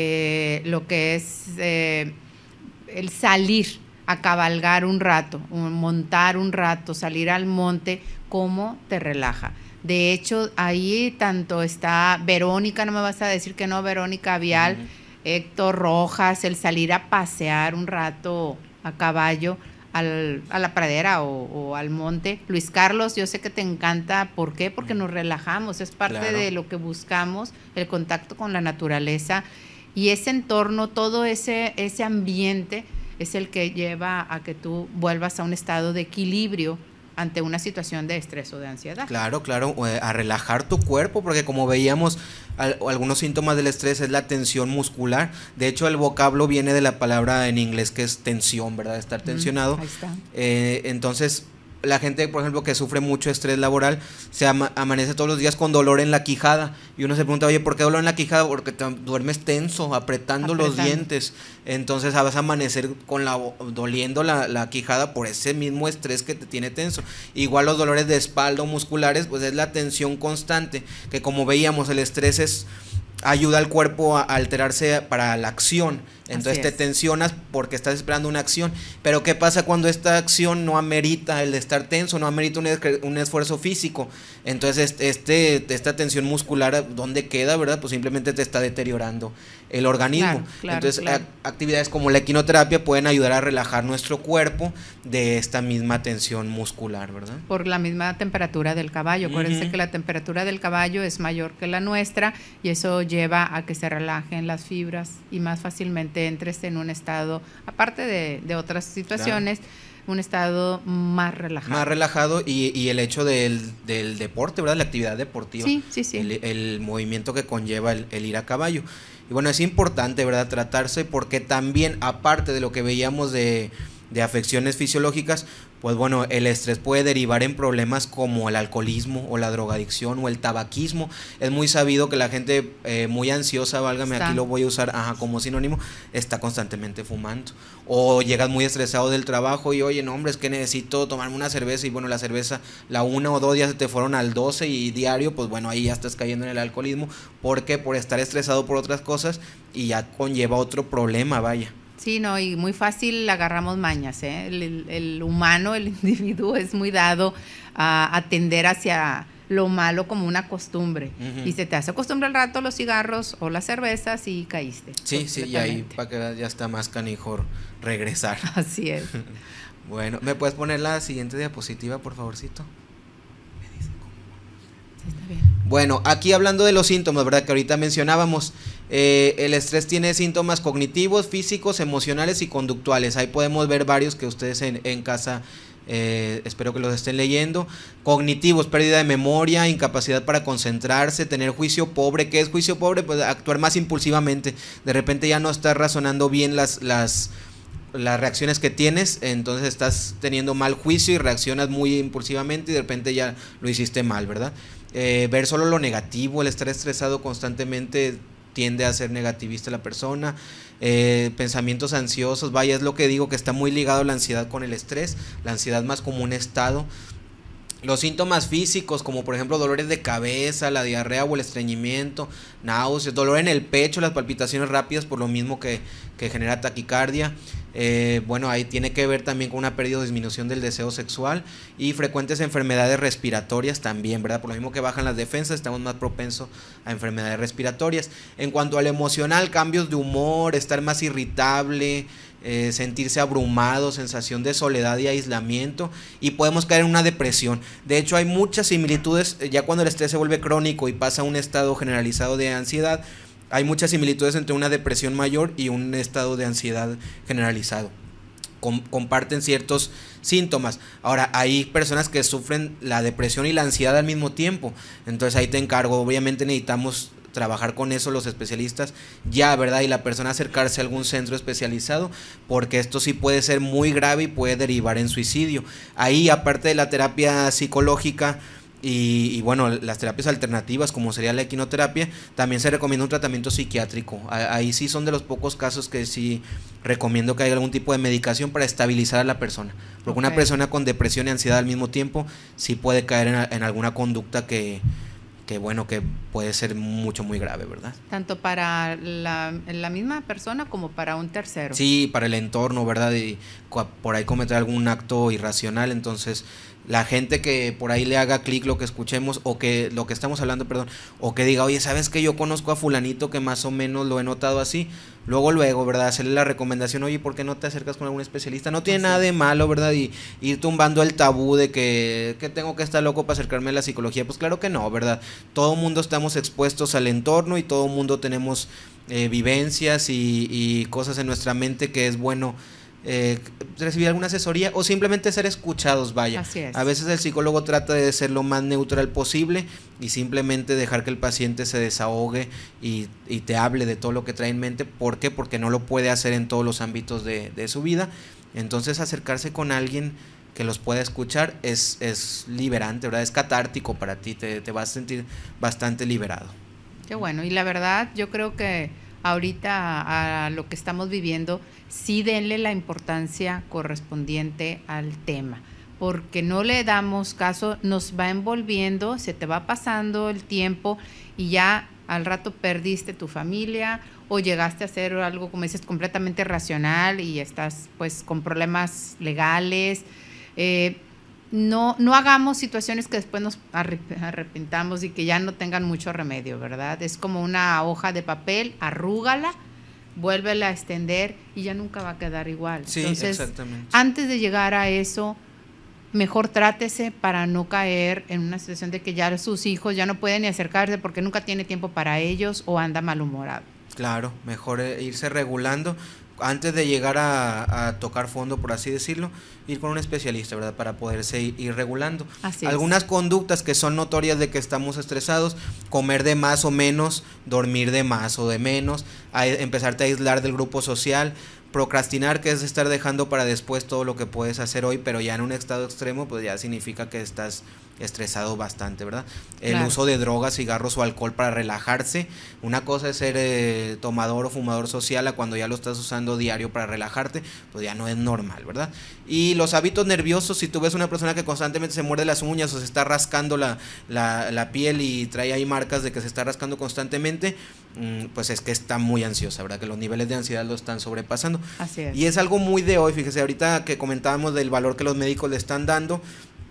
Eh, lo que es eh, el salir a cabalgar un rato, un, montar un rato, salir al monte, cómo te relaja. De hecho, ahí tanto está Verónica, no me vas a decir que no, Verónica Vial, uh-huh, Héctor Rojas, el salir a pasear un rato a caballo al, a la pradera o, o al monte. Luis Carlos, yo sé que te encanta, ¿por qué? Porque nos relajamos, es parte Claro. de lo que buscamos, el contacto con la naturaleza y ese entorno, todo ese, ese ambiente es el que lleva a que tú vuelvas a un estado de equilibrio ante una situación de estrés o de ansiedad. Claro, claro, eh, a relajar tu cuerpo, porque como veíamos, al, algunos síntomas del estrés es la tensión muscular. De hecho, el vocablo viene de la palabra en inglés que es tensión, ¿verdad? Estar tensionado. Mm, ahí está. Eh, entonces, la gente, por ejemplo, que sufre mucho estrés laboral, se ama- amanece todos los días con dolor en la quijada. Y uno se pregunta, oye, ¿por qué dolor en la quijada? Porque te duermes tenso, apretando, los Apretando. dientes. Entonces vas a amanecer con la doliendo la, la quijada por ese mismo estrés que te tiene tenso. Igual los dolores de espalda o musculares, pues es la tensión constante, que como veíamos, el estrés es ayuda al cuerpo a alterarse para la acción. Entonces Así te es. tensionas porque estás esperando una acción. Pero ¿qué pasa cuando esta acción no amerita el de estar tenso, no amerita un, escre- un esfuerzo físico? Entonces este, este esta tensión muscular, ¿dónde queda, verdad? Pues simplemente te está deteriorando el organismo. Claro, claro, Entonces claro. ac- actividades como la equinoterapia pueden ayudar a relajar nuestro cuerpo de esta misma tensión muscular, ¿verdad? Por la misma temperatura del caballo. Acuérdense Ujú. que la temperatura del caballo es mayor que la nuestra y eso lleva a que se relajen las fibras y más fácilmente entres en un estado, aparte de, de otras situaciones, un estado más relajado. Más relajado y, y el hecho del, del deporte, ¿verdad? La actividad deportiva. Sí, sí, sí. El, el movimiento que conlleva el, el ir a caballo. Y bueno, es importante, ¿verdad? Tratarse porque también, aparte de lo que veíamos de, de afecciones fisiológicas, pues bueno, el estrés puede derivar en problemas como el alcoholismo o la drogadicción o el tabaquismo. Es muy sabido que la gente eh, muy ansiosa, válgame, Está. aquí lo voy a usar ajá, como sinónimo, está constantemente fumando. O llegas muy estresado del trabajo y oye, no hombre, es que necesito tomarme una cerveza y bueno, la cerveza, la una o dos ya se te fueron al doce y diario, pues bueno, ahí ya estás cayendo en el alcoholismo. ¿Por qué? Por estar estresado por otras cosas y ya conlleva otro problema, vaya. Sí, no, y muy fácil agarramos mañas, ¿eh? El, el- el humano, el individuo es muy dado a, a tender hacia lo malo como una costumbre. Ujú. Y se te hace costumbre al rato los cigarros o las cervezas y caíste. Sí, sí, y ahí completamente. para que veas, ya está más canijo regresar. Así es. Bueno, ¿me puedes poner la siguiente diapositiva, por favorcito? Sí, está bien. Bueno, aquí hablando de los síntomas, ¿verdad? Que ahorita mencionábamos, eh, el estrés tiene síntomas cognitivos, físicos, emocionales y conductuales. Ahí podemos ver varios que ustedes en, en casa, eh, espero que los estén leyendo. Cognitivos, pérdida de memoria, incapacidad para concentrarse, tener juicio pobre. ¿Qué es juicio pobre? Pues actuar más impulsivamente. De repente ya no estás razonando bien las... las las reacciones que tienes, entonces estás teniendo mal juicio y reaccionas muy impulsivamente y de repente ya lo hiciste mal, ¿verdad? Eh, ver solo lo negativo, el estar estresado constantemente tiende a ser negativista la persona. Eh, pensamientos ansiosos, vaya, es lo que digo, que está muy ligado la ansiedad con el estrés, la ansiedad más como un estado. Los síntomas físicos, como por ejemplo dolores de cabeza, la diarrea o el estreñimiento, náuseas, dolor en el pecho, las palpitaciones rápidas por lo mismo que, que genera taquicardia. Eh, bueno, ahí tiene que ver también con una pérdida o disminución del deseo sexual y frecuentes enfermedades respiratorias también, ¿verdad? Por lo mismo que bajan las defensas, estamos más propensos a enfermedades respiratorias. En cuanto al emocional, cambios de humor, estar más irritable, Eh, sentirse abrumado, sensación de soledad y aislamiento, y podemos caer en una depresión. De hecho, hay muchas similitudes, eh, ya cuando el estrés se vuelve crónico y pasa a un estado generalizado de ansiedad, hay muchas similitudes entre una depresión mayor y un estado de ansiedad generalizado. Com- comparten ciertos síntomas. Ahora, hay personas que sufren la depresión y la ansiedad al mismo tiempo, entonces ahí te encargo, obviamente necesitamos trabajar con eso los especialistas ya, ¿verdad? Y la persona acercarse a algún centro especializado, porque esto sí puede ser muy grave y puede derivar en suicidio. Ahí, aparte de la terapia psicológica y, y bueno, las terapias alternativas como sería la equinoterapia, también se recomienda un tratamiento psiquiátrico. Ahí sí son de los pocos casos que sí recomiendo que haya algún tipo de medicación para estabilizar a la persona, porque Ok. una persona con depresión y ansiedad al mismo tiempo sí puede caer en, en alguna conducta que que bueno, que puede ser mucho, muy grave, ¿verdad? Tanto para la, la misma persona como para un tercero. Sí, para el entorno, ¿verdad? Y por ahí cometer algún acto irracional, entonces la gente que por ahí le haga clic lo que escuchemos o que lo que estamos hablando, perdón, o que diga, oye, ¿sabes qué? Yo conozco a fulanito que más o menos lo he notado así, luego, luego, ¿verdad? Hacerle la recomendación, oye, ¿por qué no te acercas con algún especialista? No tiene así nada de malo, ¿verdad? Y ir tumbando el tabú de que, que tengo que estar loco para acercarme a la psicología, pues claro que no, ¿verdad? Todo mundo estamos expuestos al entorno y todo mundo tenemos eh, vivencias y, y cosas en nuestra mente que es bueno Eh, recibir alguna asesoría o simplemente ser escuchados, vaya. Así es. A veces el psicólogo trata de ser lo más neutral posible y simplemente dejar que el paciente se desahogue y, y te hable de todo lo que trae en mente. ¿Por qué? Porque no lo puede hacer en todos los ámbitos de, de su vida. Entonces acercarse con alguien que los pueda escuchar es, es liberante, ¿verdad? Es catártico para ti, te, te vas a sentir bastante liberado. Qué bueno, y la verdad yo creo que ahorita a, a lo que estamos viviendo, sí denle la importancia correspondiente al tema, porque no le damos caso, nos va envolviendo, se te va pasando el tiempo y ya al rato perdiste tu familia o llegaste a hacer algo, como dices, completamente racional y estás pues con problemas legales. Eh, No, no hagamos situaciones que después nos arrepintamos y que ya no tengan mucho remedio, ¿verdad? Es como una hoja de papel, arrúgala, vuélvela a extender y ya nunca va a quedar igual. Sí, entonces, exactamente. Antes de llegar a eso, mejor trátese para no caer en una situación de que ya sus hijos ya no pueden ni acercarse porque nunca tiene tiempo para ellos o anda malhumorado. Claro, mejor irse regulando antes de llegar a, a tocar fondo, por así decirlo, ir con un especialista, ¿verdad? Para poderse ir, ir regulando. Así Algunas es. conductas que son notorias de que estamos estresados, comer de más o menos, dormir de más o de menos, a, empezarte a aislar del grupo social, procrastinar, que es estar dejando para después todo lo que puedes hacer hoy, pero ya en un estado extremo, pues ya significa que estás estresado bastante, ¿verdad? El Claro. uso de drogas, cigarros o alcohol para relajarse. Una cosa es ser eh, tomador o fumador social, a cuando ya lo estás usando diario para relajarte, pues ya no es normal, ¿verdad? Y los hábitos nerviosos, si tú ves una persona que constantemente se muerde las uñas o se está rascando la, la, la piel y trae ahí marcas de que se está rascando constantemente, pues es que está muy ansiosa, ¿verdad? Que los niveles de ansiedad lo están sobrepasando. Así es. Y es algo muy de hoy, fíjese, ahorita que comentábamos del valor que los médicos le están dando,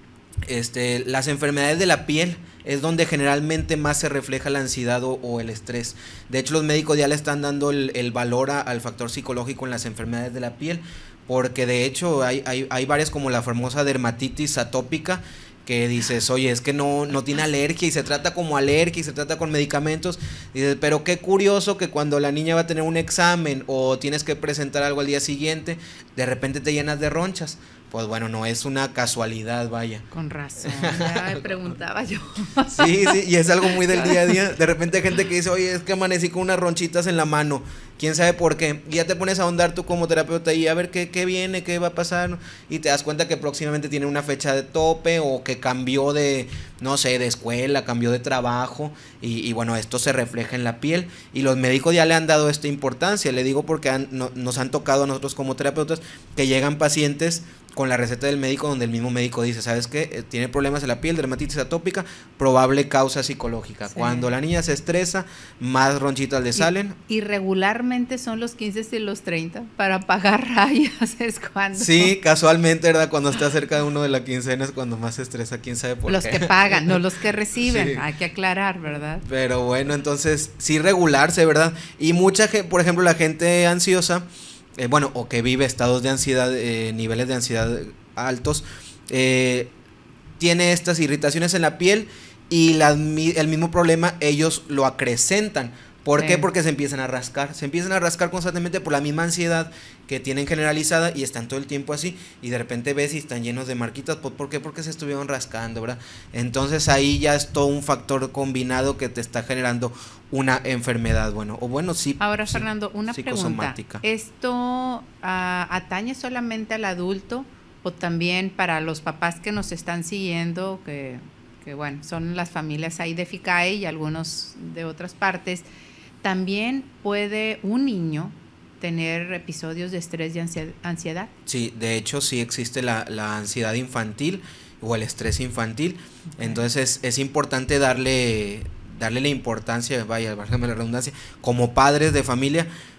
este, las enfermedades de la piel es donde generalmente más se refleja la ansiedad o, o el estrés. De hecho, los médicos ya le están dando el, el valor a, al factor psicológico en las enfermedades de la piel, porque de hecho hay, hay, hay varias, como la famosa dermatitis atópica, que dices, oye, es que no, no tiene alergia y se trata como alergia y se trata con medicamentos. Dices, pero qué curioso que cuando la niña va a tener un examen o tienes que presentar algo al día siguiente, de repente te llenas de ronchas. Pues bueno, no es una casualidad, vaya. Con razón, ya me preguntaba yo. Sí, sí, y es algo muy del día a día. De repente hay gente que dice, oye, es que amanecí con unas ronchitas en la mano. ¿Quién sabe por qué? Y ya te pones a ahondar tú como terapeuta y a ver qué, qué viene, qué va a pasar. Y te das cuenta que próximamente tiene una fecha de tope o que cambió de, no sé, de escuela, cambió de trabajo. Y, y bueno, esto se refleja en la piel. Y los médicos ya le han dado esta importancia. Le digo porque han, no, nos han tocado a nosotros como terapeutas que llegan pacientes con la receta del médico, donde el mismo médico dice, ¿sabes qué? Tiene problemas en la piel, dermatitis atópica, probable causa psicológica. Sí. Cuando la niña se estresa, más ronchitas le salen. Y, y regularmente son los quince y los treinta para pagar rayas, es cuando. Sí, casualmente, ¿verdad? Cuando está cerca de uno de la quincena es cuando más se estresa, quién sabe por los qué. Los que pagan, no los que reciben, sí. Hay que aclarar, ¿verdad? Pero bueno, entonces, sí regularse, ¿verdad? Y mucha gente, por ejemplo, la gente ansiosa, Eh, bueno, o que vive estados de ansiedad, eh, niveles de ansiedad altos, eh, tiene estas irritaciones en la piel y la, el mismo problema ellos lo acrecentan. ¿Por sí. qué? Porque se empiezan a rascar, se empiezan a rascar constantemente por la misma ansiedad que tienen generalizada y están todo el tiempo así y de repente ves y están llenos de marquitas. ¿Por qué? Porque se estuvieron rascando, ¿verdad? Entonces ahí ya es todo un factor combinado que te está generando una enfermedad, bueno, o bueno, sí. Ahora, sí, Fernando, una pregunta. ¿Esto uh, atañe solamente al adulto o también para los papás que nos están siguiendo, que, que bueno, son las familias ahí de FICAE y algunos de otras partes? ¿También puede un niño tener episodios de estrés y ansiedad? Sí, de hecho sí existe la, la ansiedad infantil o el estrés infantil, okay. Entonces es, es importante darle, darle la importancia, vaya, válgame la redundancia, como padres de familia,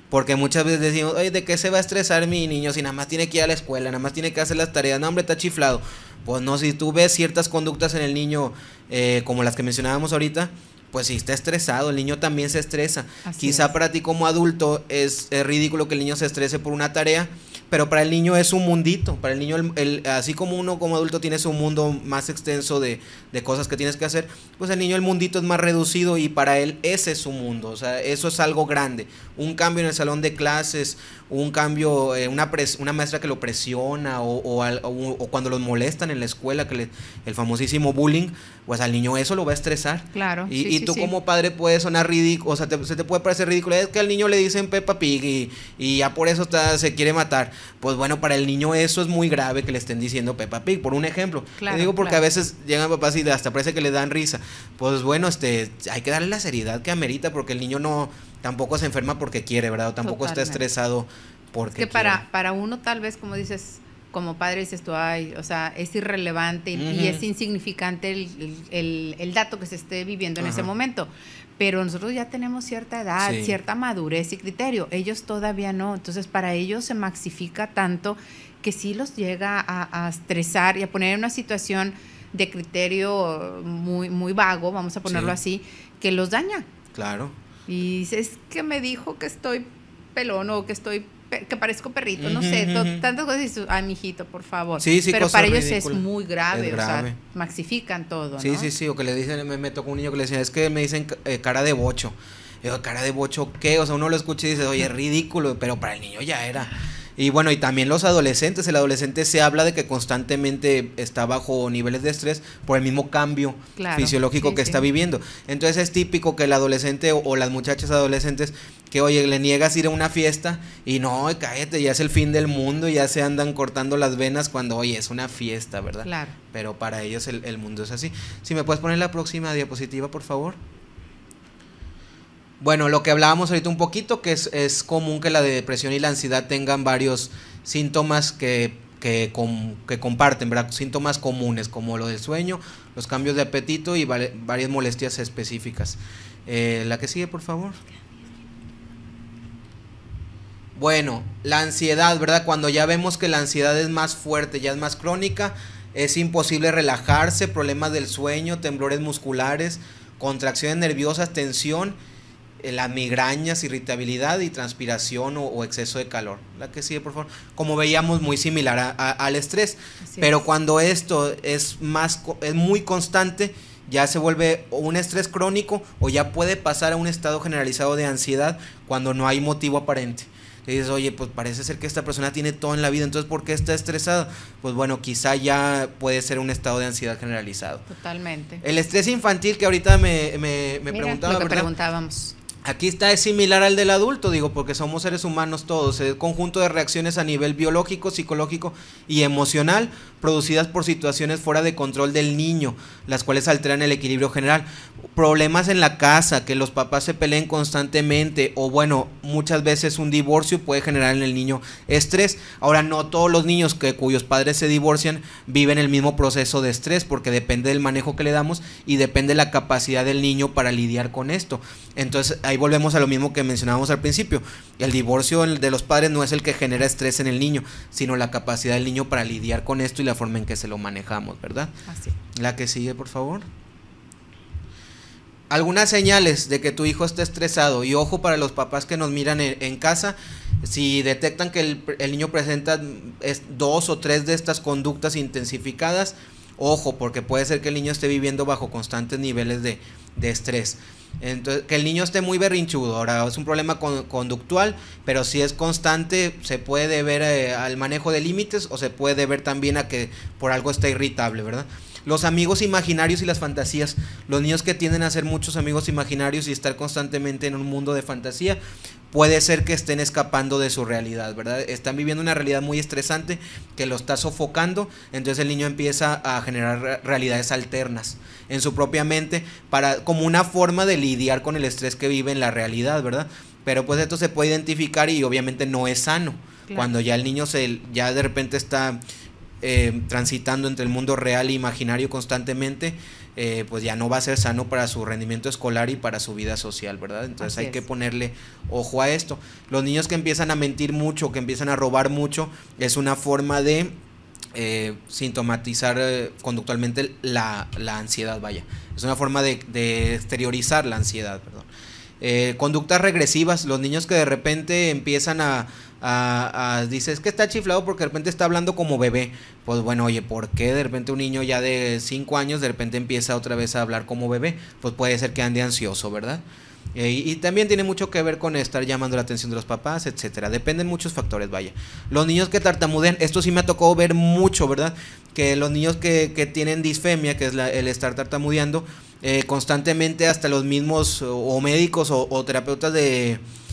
Porque muchas veces decimos, oye, ¿de qué se va a estresar mi niño si nada más tiene que ir a la escuela, nada más tiene que hacer las tareas? No, hombre, está chiflado. Pues no, si tú ves ciertas conductas en el niño, eh, como las que mencionábamos ahorita, pues si está estresado, el niño también se estresa. Así Quizá es. Para ti como adulto es, es ridículo que el niño se estrese por una tarea, pero para el niño es un mundito. Para el niño, el, el, así como uno como adulto tiene su mundo más extenso de, de cosas que tienes que hacer, pues el niño el mundito es más reducido y para él ese es su mundo. O sea, eso es algo grande. Un cambio en el salón de clases, un cambio, eh, una, pres, una maestra que lo presiona o, o, al, o, o cuando los molestan en la escuela, que le, el famosísimo bullying, pues al niño eso lo va a estresar. Claro. Y, sí, y sí, tú sí. como padre puedes sonar ridículo, o sea, te, se te puede parecer ridículo, es que al niño le dicen Peppa Pig y, y ya por eso está, se quiere matar. Pues bueno, para el niño eso es muy grave que le estén diciendo Peppa Pig, por un ejemplo. Claro, te digo porque claro. a veces llegan papás y hasta parece que le dan risa. Pues bueno, este, hay que darle la seriedad que amerita, porque el niño no, tampoco se enferma porque quiere, ¿verdad? O tampoco Totalmente. está estresado porque es que quiere. para, para uno tal vez, como dices, como padre dices tú, ay, o sea, es irrelevante y, Uh-huh. y es insignificante el, el, el, el dato que se esté viviendo en Ajá. ese momento. Pero nosotros ya tenemos cierta edad, Sí. cierta madurez y criterio. Ellos todavía no. Entonces, para ellos se maxifica tanto que sí los llega a, a estresar y a poner en una situación de criterio muy, muy vago, vamos a ponerlo Sí. así, que los daña. Claro. Y es que me dijo que estoy pelón o que estoy que parezco perrito, uh-huh, no sé, uh-huh. to, tantas cosas y dices, ay, mijito, por favor. Sí, sí, pero para ellos ridículas. es muy grave, es grave, o sea, maxifican todo, sí, ¿no? Sí, sí, o que le dicen, me, me tocó un niño que le decía, es que me dicen eh, cara de bocho. Y yo, cara de bocho, ¿qué? O sea, uno lo escucha y dice, oye, es ridículo, pero para el niño ya era. Y bueno, y también los adolescentes, el adolescente se habla de que constantemente está bajo niveles de estrés por el mismo cambio claro, fisiológico sí, que sí. está viviendo. Entonces es típico que el adolescente o, o las muchachas adolescentes que, oye, le niegas ir a una fiesta y no, cállate, ya es el fin del mundo, ya se andan cortando las venas cuando, oye, es una fiesta, ¿verdad? Claro. Pero para ellos el, el mundo es así. Si me puedes poner la próxima diapositiva, por favor. Bueno, lo que hablábamos ahorita un poquito, que es, es común que la depresión y la ansiedad tengan varios síntomas que, que, com, que comparten, ¿verdad? Síntomas comunes, como lo del sueño, los cambios de apetito y va, varias molestias específicas. Eh, la que sigue, por favor. Bueno, la ansiedad, ¿verdad? Cuando ya vemos que la ansiedad es más fuerte, ya es más crónica, es imposible relajarse, problemas del sueño, temblores musculares, contracciones nerviosas, tensión, las migrañas, irritabilidad y transpiración o, o exceso de calor. La que sigue, por favor. Como veíamos, muy similar a, a, al estrés. Así pero es. Cuando esto es más es muy constante, ya se vuelve un estrés crónico o ya puede pasar a un estado generalizado de ansiedad cuando no hay motivo aparente. Y dices, oye, pues parece ser que esta persona tiene todo en la vida, entonces ¿por qué está estresada? Pues bueno, quizá ya puede ser un estado de ansiedad generalizado. Totalmente. El estrés infantil que ahorita me, me, me Mira, preguntaba, lo que ¿verdad? preguntábamos. Aquí está, es similar al del adulto, digo, porque somos seres humanos todos, es conjunto de reacciones a nivel biológico, psicológico y emocional producidas por situaciones fuera de control del niño, las cuales alteran el equilibrio general. Problemas en la casa, que los papás se peleen constantemente o bueno, muchas veces un divorcio puede generar en el niño estrés. Ahora, no todos los niños que cuyos padres se divorcian viven el mismo proceso de estrés, porque depende del manejo que le damos y depende de la capacidad del niño para lidiar con esto. Entonces, ahí volvemos a lo mismo que mencionábamos al principio. El divorcio de los padres no es el que genera estrés en el niño, sino la capacidad del niño para lidiar con esto y la forma en que se lo manejamos, ¿verdad? Así. La que sigue, por favor. Algunas señales de que tu hijo está estresado, y ojo para los papás que nos miran en, en casa, si detectan que el, el niño presenta es, dos o tres de estas conductas intensificadas, ojo, porque puede ser que el niño esté viviendo bajo constantes niveles de, de estrés. Entonces, que el niño esté muy berrinchudo, ahora es un problema con, conductual, pero si es constante se puede deber eh, al manejo de límites o se puede deber también a que por algo está irritable, ¿verdad? Los amigos imaginarios y las fantasías, los niños que tienden a hacer muchos amigos imaginarios y estar constantemente en un mundo de fantasía, puede ser que estén escapando de su realidad, ¿verdad? Están viviendo una realidad muy estresante que lo está sofocando, entonces el niño empieza a generar realidades alternas en su propia mente para, como una forma de lidiar con el estrés que vive en la realidad, ¿verdad? Pero pues esto se puede identificar y obviamente no es sano, claro. Cuando ya el niño se, ya de repente está eh, transitando entre el mundo real e imaginario constantemente, eh, pues ya no va a ser sano para su rendimiento escolar y para su vida social, ¿verdad? Entonces Así hay es. que ponerle ojo a esto. Los niños que empiezan a mentir mucho, que empiezan a robar mucho, es una forma de eh, sintomatizar eh, conductualmente la, la ansiedad, vaya. Es una forma de, de exteriorizar la ansiedad, perdón. Eh, conductas regresivas, los niños que de repente empiezan a, a, a dices es que está chiflado porque de repente está hablando como bebé. Pues bueno, oye, ¿por qué de repente un niño ya de cinco años de repente empieza otra vez a hablar como bebé? Pues puede ser que ande ansioso, ¿verdad? Eh, y, y también tiene mucho que ver con estar llamando la atención de los papás, etcétera. Dependen muchos factores, vaya. Los niños que tartamudean, esto sí me ha tocado ver mucho, ¿verdad? Que los niños que, que tienen disfemia, que es la, el estar tartamudeando, eh, constantemente hasta los mismos o, o médicos o, o terapeutas de,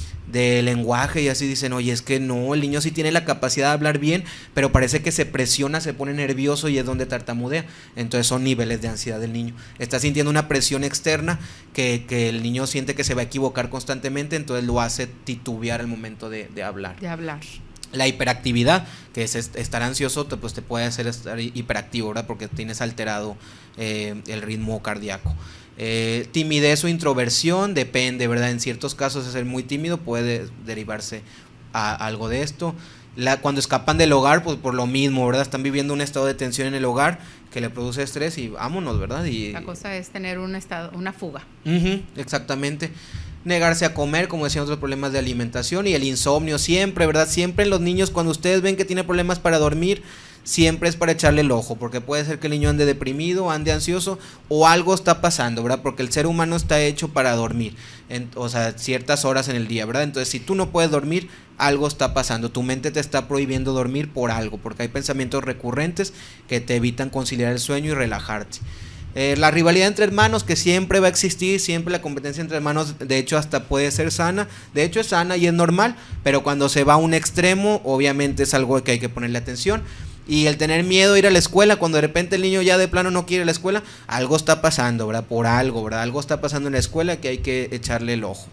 de lenguaje y así dicen, oye, es que no, el niño sí tiene la capacidad de hablar bien, pero parece que se presiona, se pone nervioso y es donde tartamudea. Entonces son niveles de ansiedad del niño. Está sintiendo una presión externa que, que el niño siente que se va a equivocar constantemente, entonces lo hace titubear al momento de, de hablar. De hablar. La hiperactividad, que es estar ansioso, te, pues te puede hacer estar hiperactivo, ¿verdad? Porque tienes alterado eh, el ritmo cardíaco. Eh, timidez o introversión, depende, ¿verdad? En ciertos casos ser muy tímido puede derivarse a algo de esto. La, cuando escapan del hogar, pues por lo mismo, ¿verdad? Están viviendo un estado de tensión en el hogar que le produce estrés y vámonos, ¿verdad? Y, la cosa es tener un estado, una fuga. Uh-huh, exactamente. Negarse a comer, como decían, otros problemas de alimentación y el insomnio siempre, ¿verdad? Siempre en los niños, cuando ustedes ven que tiene problemas para dormir, siempre es para echarle el ojo, porque puede ser que el niño ande deprimido, ande ansioso o algo está pasando, ¿verdad? Porque el ser humano está hecho para dormir, en, o sea, ciertas horas en el día, ¿verdad? Entonces, si tú no puedes dormir, algo está pasando, tu mente te está prohibiendo dormir por algo, porque hay pensamientos recurrentes que te evitan conciliar el sueño y relajarte. Eh, la rivalidad entre hermanos, que siempre va a existir, siempre la competencia entre hermanos, de hecho hasta puede ser sana, de hecho es sana y es normal, pero cuando se va a un extremo, obviamente es algo que hay que ponerle atención. Y el tener miedo a ir a la escuela, cuando de repente el niño ya de plano no quiere ir a la escuela, algo está pasando, ¿verdad? Por algo, ¿verdad? Algo está pasando en la escuela que hay que echarle el ojo.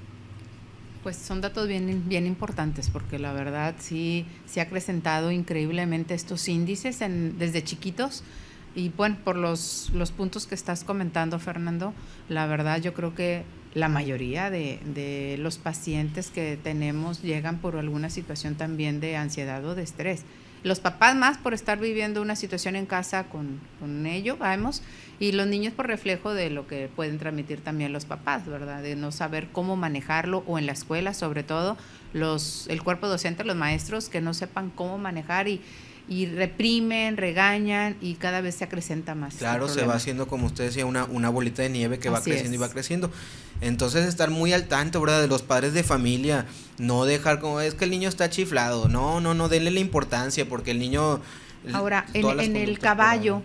Pues son datos bien, bien importantes, porque la verdad sí se ha acrecentado increíblemente estos índices en, desde chiquitos. Y bueno, por los, los puntos que estás comentando, Fernando, la verdad yo creo que la mayoría de, de los pacientes que tenemos llegan por alguna situación también de ansiedad o de estrés. Los papás más por estar viviendo una situación en casa con, con ello, vamos, y los niños por reflejo de lo que pueden transmitir también los papás, ¿verdad? De no saber cómo manejarlo, o en la escuela sobre todo, los el cuerpo docente, los maestros que no sepan cómo manejar y y reprimen, regañan y cada vez se acrecenta más. Claro, se va haciendo, como usted decía, una, una bolita de nieve que va Así creciendo es. y va creciendo. Entonces estar muy al tanto, ¿verdad? De los padres de familia, no dejar como, es que el niño está chiflado, no, no, no, denle la importancia porque el niño... Ahora, en, en el caballo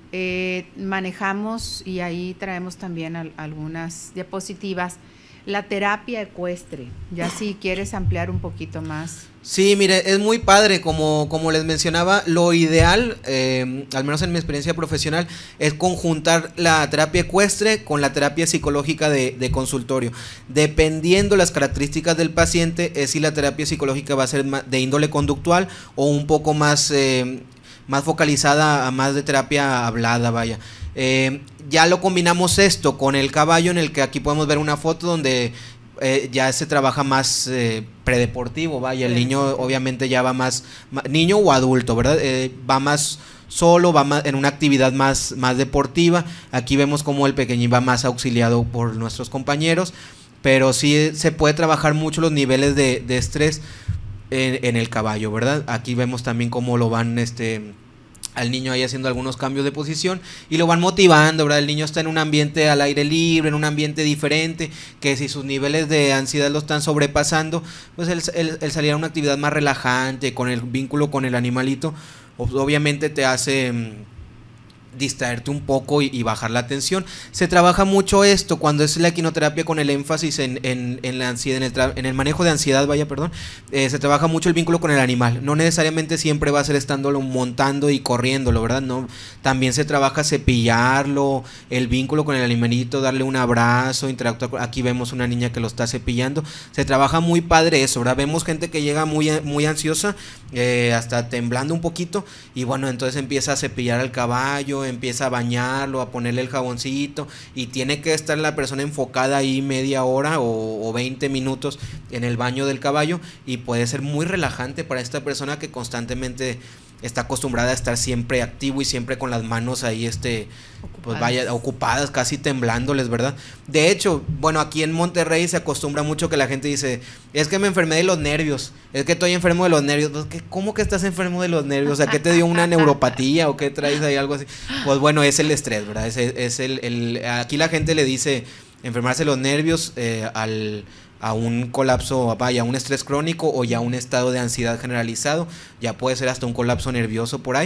eh, manejamos, y ahí traemos también al, algunas diapositivas, la terapia ecuestre, ya si quieres ampliar un poquito más. Sí, mire, es muy padre, como, como les mencionaba, lo ideal, eh, al menos en mi experiencia profesional, es conjuntar la terapia ecuestre con la terapia psicológica de, de consultorio. Dependiendo las características del paciente, es si la terapia psicológica va a ser de índole conductual o un poco más, eh, más focalizada a más de terapia hablada, vaya. Eh, ya lo combinamos esto con el caballo, en el que aquí podemos ver una foto donde eh, ya se trabaja más eh, predeportivo, vaya, el niño obviamente ya va más, más niño o adulto, ¿verdad? Eh, va más solo, va más en una actividad más, más deportiva. Aquí vemos como el pequeñín va más auxiliado por nuestros compañeros, pero sí se puede trabajar mucho los niveles de, de estrés en, en el caballo, ¿verdad? Aquí vemos también cómo lo van este al niño ahí haciendo algunos cambios de posición y lo van motivando, ¿verdad? El niño está en un ambiente al aire libre, en un ambiente diferente, que si sus niveles de ansiedad lo están sobrepasando, pues el, el, el salir a una actividad más relajante, con el vínculo con el animalito, obviamente te hace distraerte un poco y, y bajar la tensión. Se trabaja mucho esto cuando es la equinoterapia con el énfasis en, en, en la ansiedad, en el, tra- en el manejo de ansiedad, vaya, perdón, eh, se trabaja mucho el vínculo con el animal. No necesariamente siempre va a ser estándolo montando y corriéndolo, ¿verdad? No, también se trabaja cepillarlo, el vínculo con el animalito, darle un abrazo, interactuar con, aquí vemos una niña que lo está cepillando. Se trabaja muy padre eso, ¿verdad? Vemos gente que llega muy, muy ansiosa, eh, hasta temblando un poquito, y bueno, entonces empieza a cepillar al caballo, empieza a bañarlo, a ponerle el jaboncito, y tiene que estar la persona enfocada ahí media hora o, o veinte minutos en el baño del caballo, y puede ser muy relajante para esta persona que constantemente está acostumbrada a estar siempre activo y siempre con las manos ahí este ocupadas. Pues vaya ocupadas, casi temblándoles, ¿verdad? De hecho, bueno, aquí en Monterrey se acostumbra mucho que la gente dice, es que me enfermé de los nervios, es que estoy enfermo de los nervios. Pues, ¿qué, ¿cómo que estás enfermo de los nervios? O sea, ¿qué te dio una neuropatía o qué traes ahí, algo así? Pues bueno, es el estrés, ¿verdad? Es, es el, el, aquí la gente le dice enfermarse los nervios eh, al a un colapso, vaya, a un estrés crónico o ya un estado de ansiedad generalizado, ya puede ser hasta un colapso nervioso por ahí,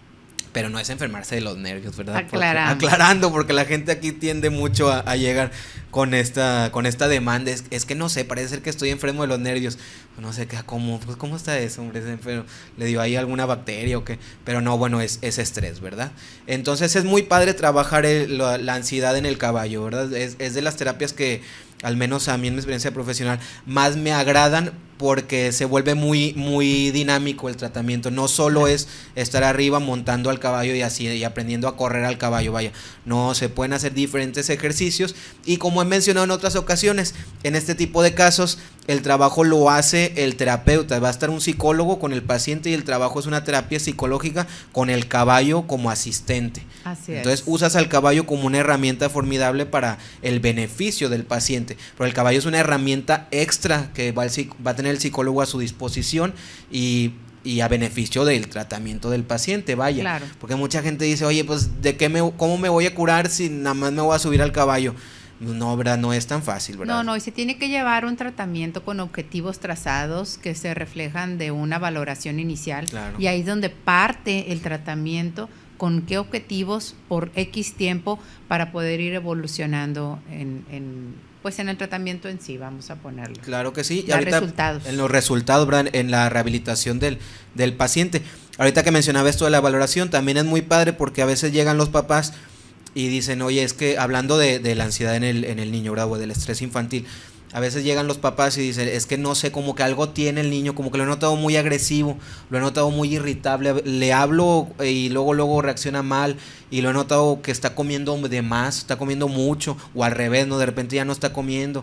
pero no es enfermarse de los nervios, ¿verdad? Aclarando. Porque, aclarando, porque la gente aquí tiende mucho a, a llegar con esta con esta demanda, es, es que no sé, parece ser que estoy enfermo de los nervios, no sé, ¿cómo, pues, ¿cómo está eso, hombre? ¿Le dio ahí alguna bacteria o qué? Pero no, bueno, es, es estrés, ¿verdad? Entonces es muy padre trabajar el, la, la ansiedad en el caballo, ¿verdad? Es, es de las terapias que, al menos a mí en mi experiencia profesional, más me agradan porque se vuelve muy muy dinámico el tratamiento. No solo es estar arriba montando al caballo y así y aprendiendo a correr al caballo, vaya. No, se pueden hacer diferentes ejercicios y como he mencionado en otras ocasiones, en este tipo de casos el trabajo lo hace el terapeuta. Va a estar un psicólogo con el paciente y el trabajo es una terapia psicológica con el caballo como asistente. Así Entonces es. usas al caballo como una herramienta formidable para el beneficio del paciente, pero el caballo es una herramienta extra que va, el, va a tener el psicólogo a su disposición y, y a beneficio del tratamiento del paciente, vaya. Claro. Porque mucha gente dice, oye, pues ¿de qué me, cómo me voy a curar si nada más me voy a subir al caballo? No, ¿verdad? No es tan fácil, ¿verdad? No, no, y se tiene que llevar un tratamiento con objetivos trazados que se reflejan de una valoración inicial. Claro. Y ahí es donde parte el tratamiento, con qué objetivos por X tiempo para poder ir evolucionando en, en pues en el tratamiento en sí, vamos a ponerlo. Claro que sí. Y Dar ahorita resultados. En los resultados, ¿verdad? En la rehabilitación del, del paciente. Ahorita que mencionaba esto de la valoración, también es muy padre porque a veces llegan los papás y dicen, oye, es que hablando de, de la ansiedad en el, en el niño, ¿verdad? O del estrés infantil, a veces llegan los papás y dicen, es que no sé, como que algo tiene el niño, como que lo he notado muy agresivo, lo he notado muy irritable, le hablo y luego luego reacciona mal, y lo he notado que está comiendo de más, está comiendo mucho, o al revés, ¿no? De repente ya no está comiendo,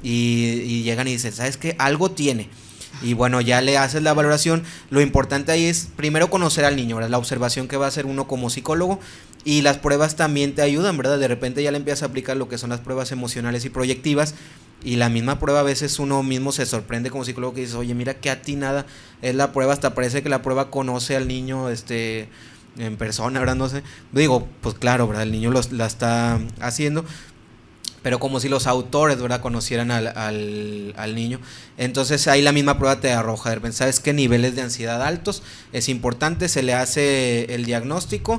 y, y llegan y dicen, ¿sabes qué? Algo tiene. Y bueno, ya le haces la valoración. Lo importante ahí es primero conocer al niño, ¿verdad? La observación que va a hacer uno como psicólogo, y las pruebas también te ayudan, ¿verdad? De repente ya le empiezas a aplicar lo que son las pruebas emocionales y proyectivas, y la misma prueba a veces uno mismo se sorprende como psicólogo que dice, oye, mira qué atinada es la prueba, hasta parece que la prueba conoce al niño este en persona, ¿verdad? No sé, digo, pues claro, ¿verdad? El niño los, la está haciendo, pero como si los autores, ¿verdad?, conocieran al, al, al niño. Entonces ahí la misma prueba te arroja, de repente, ¿sabes qué? Niveles de ansiedad altos, es importante, se le hace el diagnóstico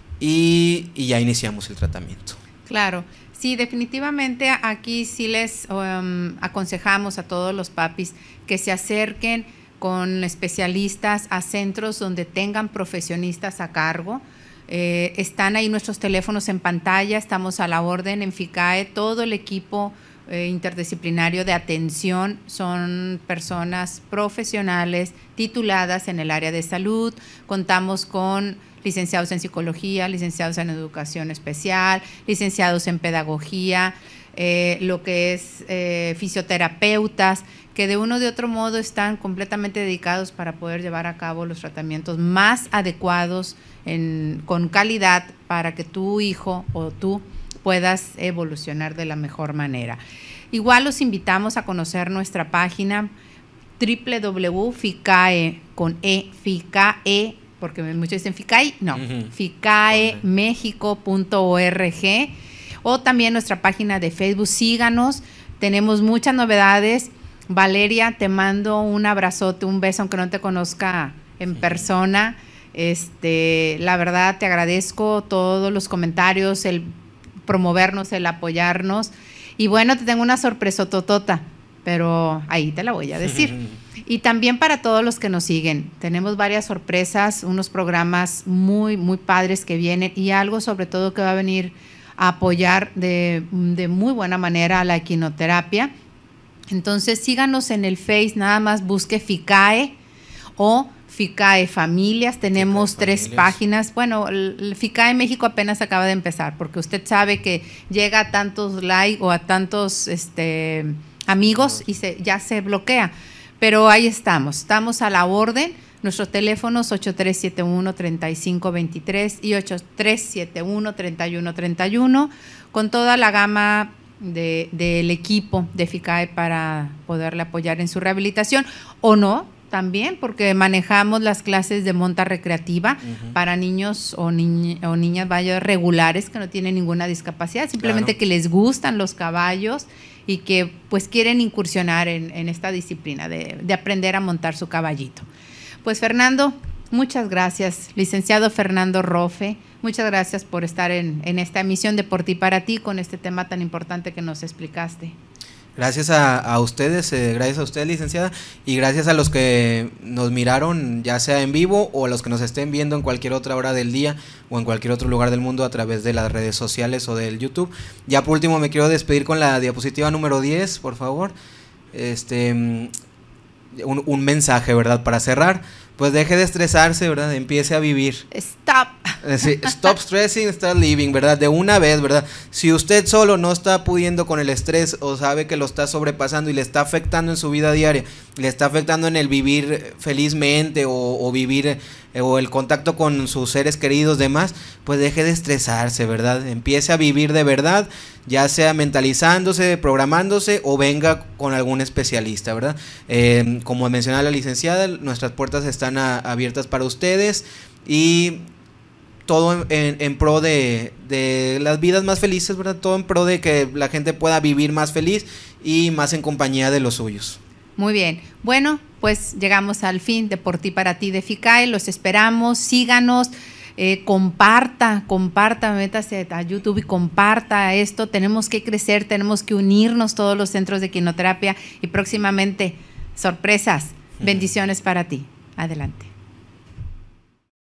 y, y ya iniciamos el tratamiento. Claro, sí, definitivamente aquí sí les um, aconsejamos a todos los papis que se acerquen con especialistas a centros donde tengan profesionistas a cargo. Eh, están ahí nuestros teléfonos en pantalla, estamos a la orden en FICAE, todo el equipo eh, interdisciplinario de atención son personas profesionales tituladas en el área de salud. Contamos con licenciados en psicología, licenciados en educación especial, licenciados en pedagogía, eh, lo que es eh, fisioterapeutas, que de uno o de otro modo están completamente dedicados para poder llevar a cabo los tratamientos más adecuados en, con calidad para que tu hijo o tú puedas evolucionar de la mejor manera. Igual los invitamos a conocer nuestra página doble u doble u doble u punto ficae con e ficae, porque muchos dicen FICAE, no, uh-huh. ficae mexico punto org, o también nuestra página de Facebook. Síganos, tenemos muchas novedades. Valeria, te mando un abrazote, un beso, aunque no te conozca en persona, Este, la verdad te agradezco todos los comentarios, el promovernos, el apoyarnos. Y bueno, te tengo una sorpresa totota, pero ahí te la voy a decir. Y también para todos los que nos siguen, tenemos varias sorpresas, unos programas muy, muy padres que vienen y algo sobre todo que va a venir a apoyar de, de muy buena manera a la equinoterapia. Entonces síganos en el Face, nada más busque FICAE o FICAE Familias, tenemos FICAE tres Familias. Páginas. Bueno, el FICAE México apenas acaba de empezar, porque usted sabe que llega a tantos likes o a tantos este, amigos y se, ya se bloquea, pero ahí estamos, estamos a la orden. Nuestros teléfonos ocho tres siete uno, tres cinco dos tres y ocho tres siete uno, tres uno tres uno, con toda la gama de, del equipo de FICAE para poderle apoyar en su rehabilitación, o no, también, porque manejamos las clases de monta recreativa uh-huh. para niños o, ni, o niñas vaya, regulares que no tienen ninguna discapacidad, simplemente claro. que les gustan los caballos y que pues quieren incursionar en, en esta disciplina de, de aprender a montar su caballito. Pues Fernando, muchas gracias, licenciado Fernando Rofe, muchas gracias por estar en, en esta emisión de Por Ti Para Ti con este tema tan importante que nos explicaste. Gracias a, a ustedes, eh, gracias a usted, licenciada, y gracias a los que nos miraron, ya sea en vivo o a los que nos estén viendo en cualquier otra hora del día o en cualquier otro lugar del mundo a través de las redes sociales o del YouTube. Ya por último me quiero despedir con la diapositiva número diez, por favor. Este, un, un mensaje, ¿verdad? Para cerrar, pues deje de estresarse, ¿verdad? Empiece a vivir. Stop. Sí, stop stressing, start living, ¿verdad? De una vez, ¿verdad? Si usted solo no está pudiendo con el estrés o sabe que lo está sobrepasando y le está afectando en su vida diaria, le está afectando en el vivir felizmente o, o vivir eh, o el contacto con sus seres queridos, demás, pues deje de estresarse, ¿verdad? Empiece a vivir de verdad, ya sea mentalizándose, programándose o venga con algún especialista, ¿verdad? Eh, como mencionaba la licenciada, nuestras puertas están a, abiertas para ustedes y todo en, en pro de, de las vidas más felices, ¿verdad? Todo en pro de que la gente pueda vivir más feliz y más en compañía de los suyos. Muy bien. Bueno, pues llegamos al fin de Por Ti Para Ti de FICAE. Los esperamos, síganos, eh, comparta, comparta, métase a YouTube y comparta esto. Tenemos que crecer, tenemos que unirnos todos los centros de equinoterapia y próximamente sorpresas. Bendiciones para ti. Adelante.